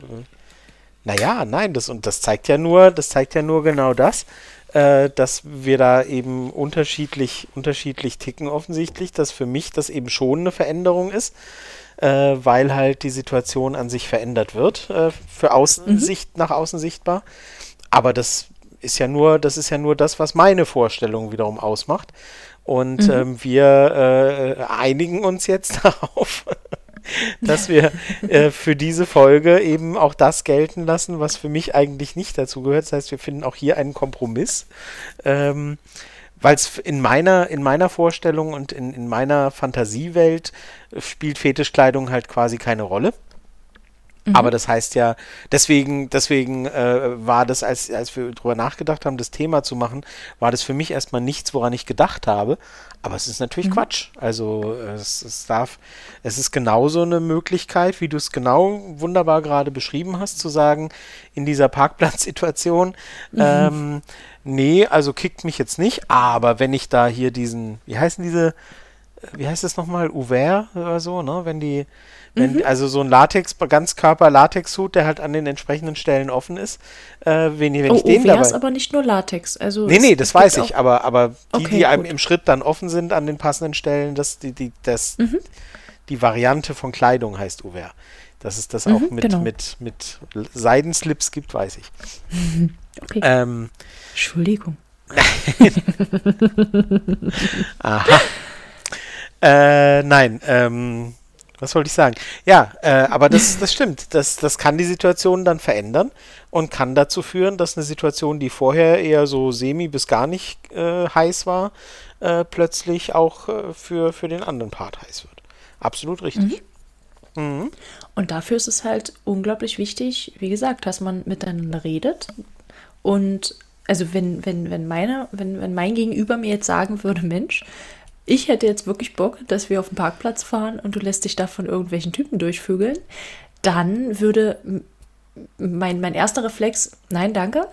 naja, nein, das und das zeigt ja nur, das zeigt ja nur genau das, äh, dass wir da eben unterschiedlich, unterschiedlich ticken offensichtlich, dass für mich das eben schon eine Veränderung ist, äh, weil halt die Situation an sich verändert wird, äh, für Außensicht, nach außen sichtbar. Aber das ist ja nur, das ist ja nur das, was meine Vorstellung wiederum ausmacht. Und ähm, wir äh, einigen uns jetzt darauf, dass wir äh, für diese Folge eben auch das gelten lassen, was für mich eigentlich nicht dazu gehört. Das heißt, wir finden auch hier einen Kompromiss, ähm, weil es in meiner, in meiner Vorstellung und in, in meiner Fantasiewelt spielt Fetischkleidung halt quasi keine Rolle. Aber das heißt ja, deswegen, deswegen äh, war das, als, als wir drüber nachgedacht haben, das Thema zu machen, war das für mich erstmal nichts, woran ich gedacht habe. Aber es ist natürlich Quatsch. Also es, es darf, es ist genauso eine Möglichkeit, wie du es genau wunderbar gerade beschrieben hast, zu sagen, in dieser Parkplatzsituation, mhm. ähm, nee, also kickt mich jetzt nicht, aber wenn ich da hier diesen, wie heißen diese wie heißt es nochmal, Ouvert oder so, ne? Wenn die, wenn, mhm. also so ein Latex, Ganzkörper-Latex-Hut, der halt an den entsprechenden Stellen offen ist, äh, wenn, wenn oh, ich den Ouvert dabei... ist aber nicht nur Latex, also... Nee, nee, das weiß ich, aber, aber die, okay, die einem gut. im Schritt dann offen sind an den passenden Stellen, das, die, die, das, mhm. die Variante von Kleidung heißt Ouvert. Dass es das mhm, auch mit, genau. mit, mit Seidenslips gibt, weiß ich. Okay. Ähm, Entschuldigung. Aha. Äh, nein, ähm, was wollte ich sagen? Ja, äh, aber das, das stimmt. Das, das kann die Situation dann verändern und kann dazu führen, dass eine Situation, die vorher eher so semi bis gar nicht äh, heiß war, äh, plötzlich auch äh, für, für den anderen Part heiß wird. Absolut richtig. Mhm. Mhm. Und dafür ist es halt unglaublich wichtig, wie gesagt, dass man miteinander redet. Und also wenn, wenn, wenn meine, wenn, wenn mein Gegenüber mir jetzt sagen würde, Mensch, ich hätte jetzt wirklich Bock, dass wir auf den Parkplatz fahren und du lässt dich da von irgendwelchen Typen durchvögeln, dann würde mein, mein erster Reflex, nein, danke,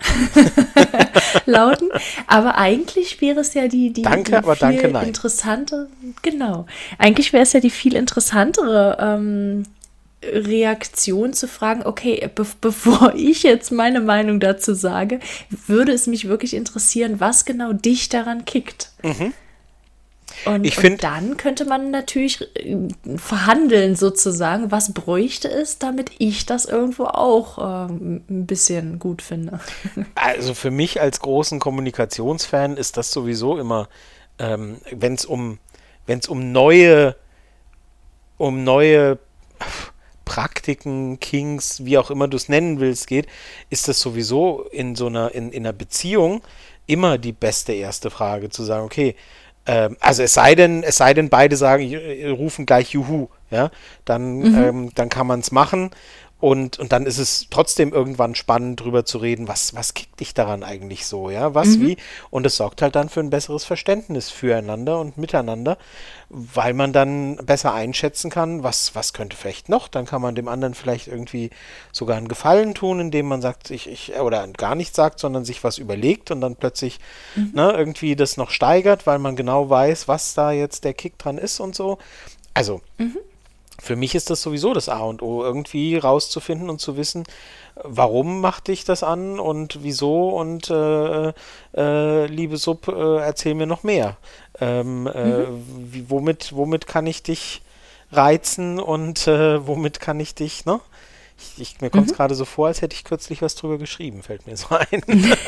lauten. Aber eigentlich wäre es ja die, die, danke, die aber viel danke, nein. interessante, genau, eigentlich wäre es ja die viel interessantere ähm, Reaktion zu fragen, okay, be- bevor ich jetzt meine Meinung dazu sage, würde es mich wirklich interessieren, was genau dich daran kickt. Mhm. Und, ich find, und dann könnte man natürlich äh, verhandeln sozusagen, was bräuchte es, damit ich das irgendwo auch äh, ein bisschen gut finde. Also für mich als großen Kommunikationsfan ist das sowieso immer, ähm, wenn es um, wenn es um neue, um neue Praktiken, Kinks, wie auch immer du es nennen willst, geht, ist das sowieso in so einer, in, in einer Beziehung immer die beste erste Frage, zu sagen, okay, ähm, also es sei denn, es sei denn, beide sagen, rufen gleich Juhu, ja, dann, mhm. ähm, dann kann man es machen. Und, und dann ist es trotzdem irgendwann spannend, drüber zu reden, was, was kickt dich daran eigentlich so, ja, was, mhm. wie, und es sorgt halt dann für ein besseres Verständnis füreinander und miteinander, weil man dann besser einschätzen kann, was, was könnte vielleicht noch, dann kann man dem anderen vielleicht irgendwie sogar einen Gefallen tun, indem man sagt, ich, ich, oder gar nichts sagt, sondern sich was überlegt und dann plötzlich, mhm. ne, irgendwie das noch steigert, weil man genau weiß, was da jetzt der Kick dran ist und so, also, mhm. Für mich ist das sowieso das A und O, irgendwie rauszufinden und zu wissen, warum macht dich das an und wieso und äh, äh, liebe Sub, äh, erzähl mir noch mehr. Ähm, mhm. äh, wie, womit, womit kann ich dich reizen und äh, womit kann ich dich, ne? Ich, ich, mir kommt es mhm. gerade so vor, als hätte ich kürzlich was drüber geschrieben, fällt mir so ein.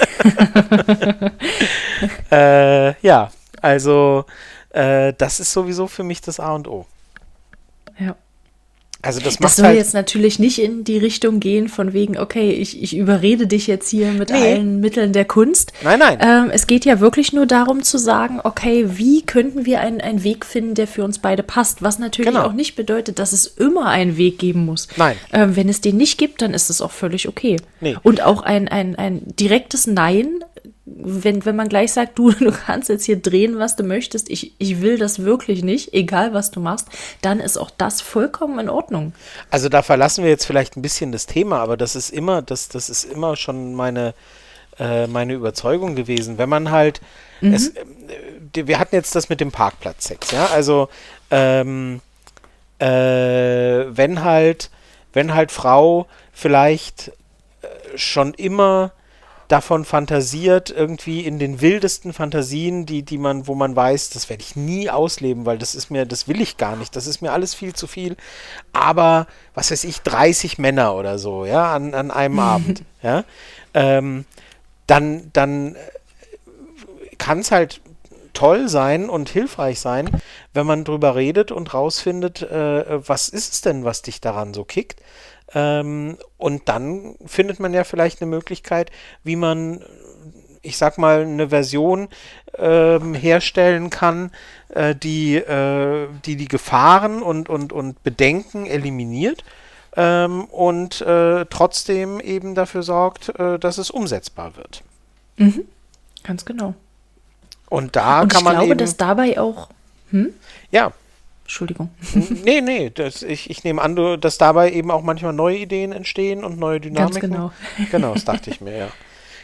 äh, ja, also äh, das ist sowieso für mich das A und O. Ja. Also das, das macht soll halt jetzt natürlich nicht in die Richtung gehen von wegen, okay, ich, ich überrede dich jetzt hier mit nee. allen Mitteln der Kunst. Nein, nein. Ähm, es geht ja wirklich nur darum zu sagen, okay, wie könnten wir einen, einen Weg finden, der für uns beide passt, was natürlich genau. auch nicht bedeutet, dass es immer einen Weg geben muss. Nein. Ähm, wenn es den nicht gibt, dann ist es auch völlig okay. Nee. Und auch ein, ein, ein direktes Nein, wenn, wenn man gleich sagt, du, du kannst jetzt hier drehen, was du möchtest, ich, ich will das wirklich nicht, egal was du machst, dann ist auch das vollkommen in Ordnung. Also da verlassen wir jetzt vielleicht ein bisschen das Thema, aber das ist immer, das, das ist immer schon meine, äh, meine Überzeugung gewesen. Wenn man halt, mhm. es, äh, wir hatten jetzt das mit dem Parkplatzsex, ja, also ähm, äh, wenn halt, wenn halt Frau vielleicht äh, schon immer davon fantasiert, irgendwie in den wildesten Fantasien, die, die man, wo man weiß, das werde ich nie ausleben, weil das ist mir, das will ich gar nicht, das ist mir alles viel zu viel. Aber, was weiß ich, dreißig Männer oder so, ja, an, an einem Abend, ja, ähm, dann, dann kann es halt toll sein und hilfreich sein, wenn man drüber redet und rausfindet, äh, was ist es denn, was dich daran so kickt. Ähm, und dann findet man ja vielleicht eine Möglichkeit, wie man, ich sag mal, eine Version ähm, herstellen kann, äh, die, äh, die die Gefahren und, und, und Bedenken eliminiert ähm, und äh, trotzdem eben dafür sorgt, äh, dass es umsetzbar wird. Mhm. Ganz genau. Und da und kann man ich glaube, eben, dass dabei auch... Hm? Ja. Entschuldigung. Nee, nee, das, ich, ich nehme an, du, dass dabei eben auch manchmal neue Ideen entstehen und neue Dynamiken. Ganz genau. Genau, das dachte ich mir, ja.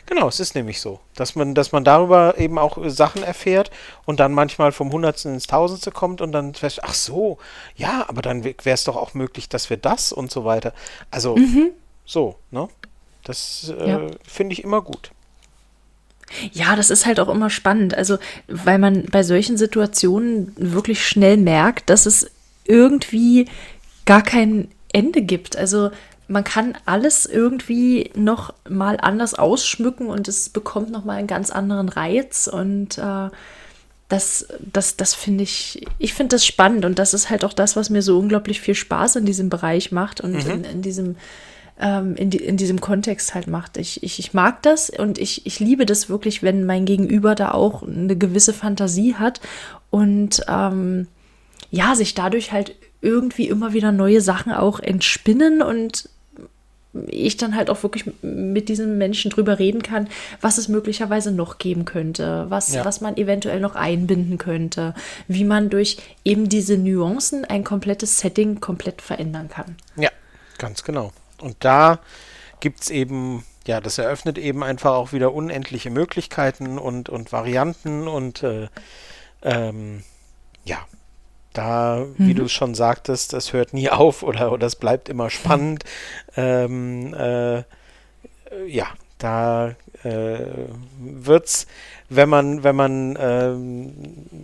Genau, es ist nämlich so, dass man, dass man darüber eben auch Sachen erfährt und dann manchmal vom Hundertsten ins Tausendste kommt und dann fest, ach so, ja, aber dann wäre es doch auch möglich, dass wir das und so weiter. Also mhm. so, ne? Das äh, ja. finde ich immer gut. Ja, das ist halt auch immer spannend, also weil man bei solchen Situationen wirklich schnell merkt, dass es irgendwie gar kein Ende gibt. Also man kann alles irgendwie noch mal anders ausschmücken und es bekommt noch mal einen ganz anderen Reiz und äh, das, das, das finde ich, ich finde das spannend und das ist halt auch das, was mir so unglaublich viel Spaß in diesem Bereich macht und mhm. in, in diesem ähm, in, die, in diesem Kontext halt macht. Ich, ich, ich mag das und ich, ich liebe das wirklich, wenn mein Gegenüber da auch eine gewisse Fantasie hat und ähm, ja, sich dadurch halt irgendwie immer wieder neue Sachen auch entspinnen und ich dann halt auch wirklich mit diesem Menschen drüber reden kann, was es möglicherweise noch geben könnte, was, ja. was man eventuell noch einbinden könnte, wie man durch eben diese Nuancen ein komplettes Setting komplett verändern kann. Ja, ganz genau. Und da gibt es eben, ja, das eröffnet eben einfach auch wieder unendliche Möglichkeiten und, und Varianten und äh, ähm, ja, da, wie mhm. du es schon sagtest, das hört nie auf oder, oder es bleibt immer spannend. Ähm, äh, ja, da äh, wird's, wenn man, wenn man ähm,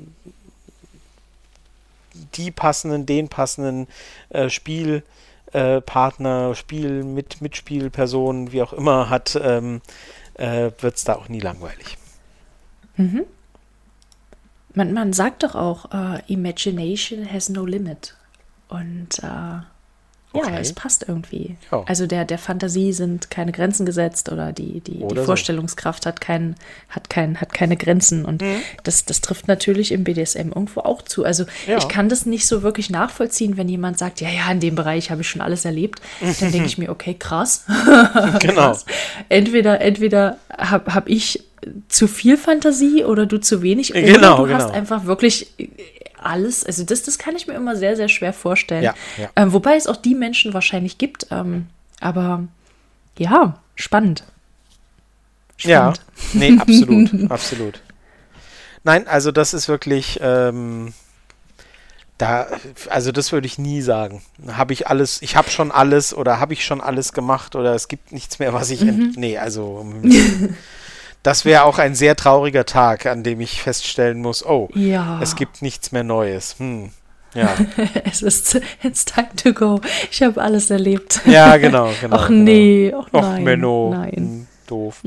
die passenden, den passenden äh, Spielpartner, äh, Spiel mit Mitspielpersonen, wie auch immer hat, ähm, äh, wird's da auch nie langweilig. Mhm. Man, man sagt doch auch, uh, Imagination has no limit. Und uh, ja, okay. es passt irgendwie. Ja. Also der, der Fantasie sind keine Grenzen gesetzt oder die, die, die Vorstellungskraft so. hat, kein, hat, kein, hat keine Grenzen. Und mhm. das, das trifft natürlich im B D S M irgendwo auch zu. Also ja. ich kann das nicht so wirklich nachvollziehen, wenn jemand sagt, ja, ja, in dem Bereich habe ich schon alles erlebt. Dann denke ich mir, okay, krass. Genau. krass. Entweder, entweder habe hab ich zu viel Fantasie oder du zu wenig. Oder genau, du genau. hast einfach wirklich alles. Also das, das kann ich mir immer sehr, sehr schwer vorstellen. Ja, ja. Ähm, wobei es auch die Menschen wahrscheinlich gibt. Ähm, aber ja, spannend. spannend. Ja, nee, absolut, absolut. Nein, also das ist wirklich, ähm, da, also das würde ich nie sagen. Habe ich alles, ich habe schon alles oder habe ich schon alles gemacht oder es gibt nichts mehr, was ich, mhm. ent- nee, also das wäre auch ein sehr trauriger Tag, an dem ich feststellen muss, oh, ja. es gibt nichts mehr Neues. Hm. Ja. es ist, it's time to go. Ich habe alles erlebt. Ja, genau, genau. Ach nee, genau. ach nein. Och, Menno. Nein. Hm, doof.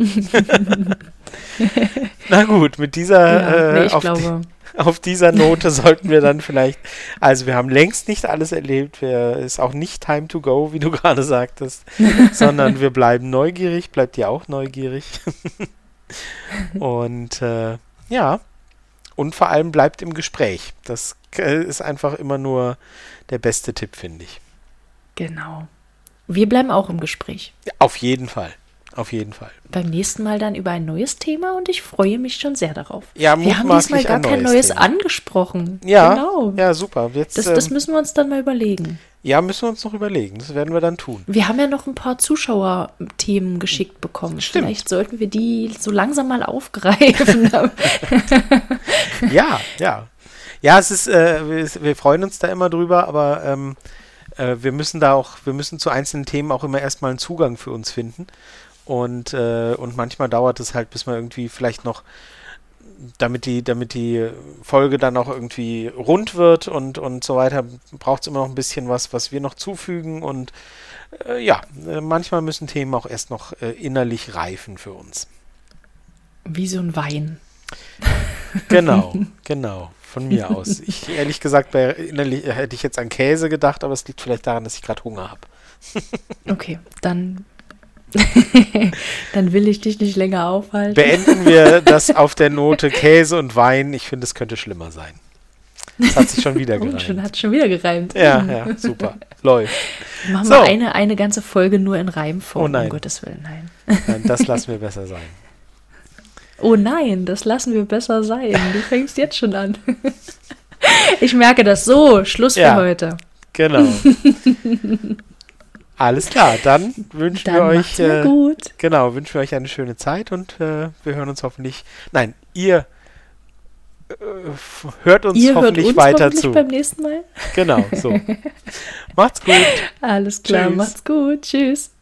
Na gut, mit dieser, ja, nee, äh, ich auf, glaube. Die, auf dieser Note sollten wir dann vielleicht, also wir haben längst nicht alles erlebt, wir, ist auch nicht time to go, wie du gerade sagtest, sondern wir bleiben neugierig, bleibt ihr auch neugierig. Und äh, ja, und vor allem bleibt im Gespräch. Das äh, ist einfach immer nur der beste Tipp, finde ich. Genau. Wir bleiben auch im Gespräch. Ja, auf jeden Fall. Auf jeden Fall. Beim nächsten Mal dann über ein neues Thema und ich freue mich schon sehr darauf. Ja, wir haben diesmal gar kein neues Thema. angesprochen. Ja, genau. Ja, super. Jetzt, das, das müssen wir uns dann mal überlegen. Ja, müssen wir uns noch überlegen. Das werden wir dann tun. Wir haben ja noch ein paar Zuschauerthemen geschickt bekommen. Stimmt. Vielleicht sollten wir die so langsam mal aufgreifen. ja, ja. Ja, es ist, äh, wir, wir freuen uns da immer drüber, aber ähm, äh, wir müssen da auch, wir müssen zu einzelnen Themen auch immer erstmal einen Zugang für uns finden. Und, äh, und manchmal dauert es halt, bis man irgendwie vielleicht noch, damit die, damit die Folge dann auch irgendwie rund wird und, und so weiter, braucht es immer noch ein bisschen was, was wir noch zufügen. Und äh, ja, äh, manchmal müssen Themen auch erst noch äh, innerlich reifen für uns. Wie so ein Wein. Genau, genau. Von mir aus. Ich, ehrlich gesagt, bei innerlich hätte ich jetzt an Käse gedacht, aber es liegt vielleicht daran, dass ich gerade Hunger habe. Okay, dann dann will ich dich nicht länger aufhalten. Beenden wir das auf der Note Käse und Wein. Ich finde, es könnte schlimmer sein. Das hat sich schon wieder gereimt. Schon, hat schon wieder gereimt. Ja, ja, super. Läuft. Machen so. wir eine, eine ganze Folge nur in Reimform. Oh nein. Um Gottes Willen, nein. Nein, das lassen wir besser sein. Oh nein, das lassen wir besser sein. Du fängst jetzt schon an. Ich merke das. So, Schluss ja, für heute. Genau. Alles klar, dann wünschen Dann wir euch macht's mir äh, gut. genau, wünschen wir euch eine schöne Zeit und äh, wir hören uns hoffentlich. Nein, ihr äh, f- hört uns Ihr hört hoffentlich uns weiter hoffentlich zu. beim nächsten Mal. Genau, so. Macht's gut. Alles klar, Tschüss. macht's gut. Tschüss.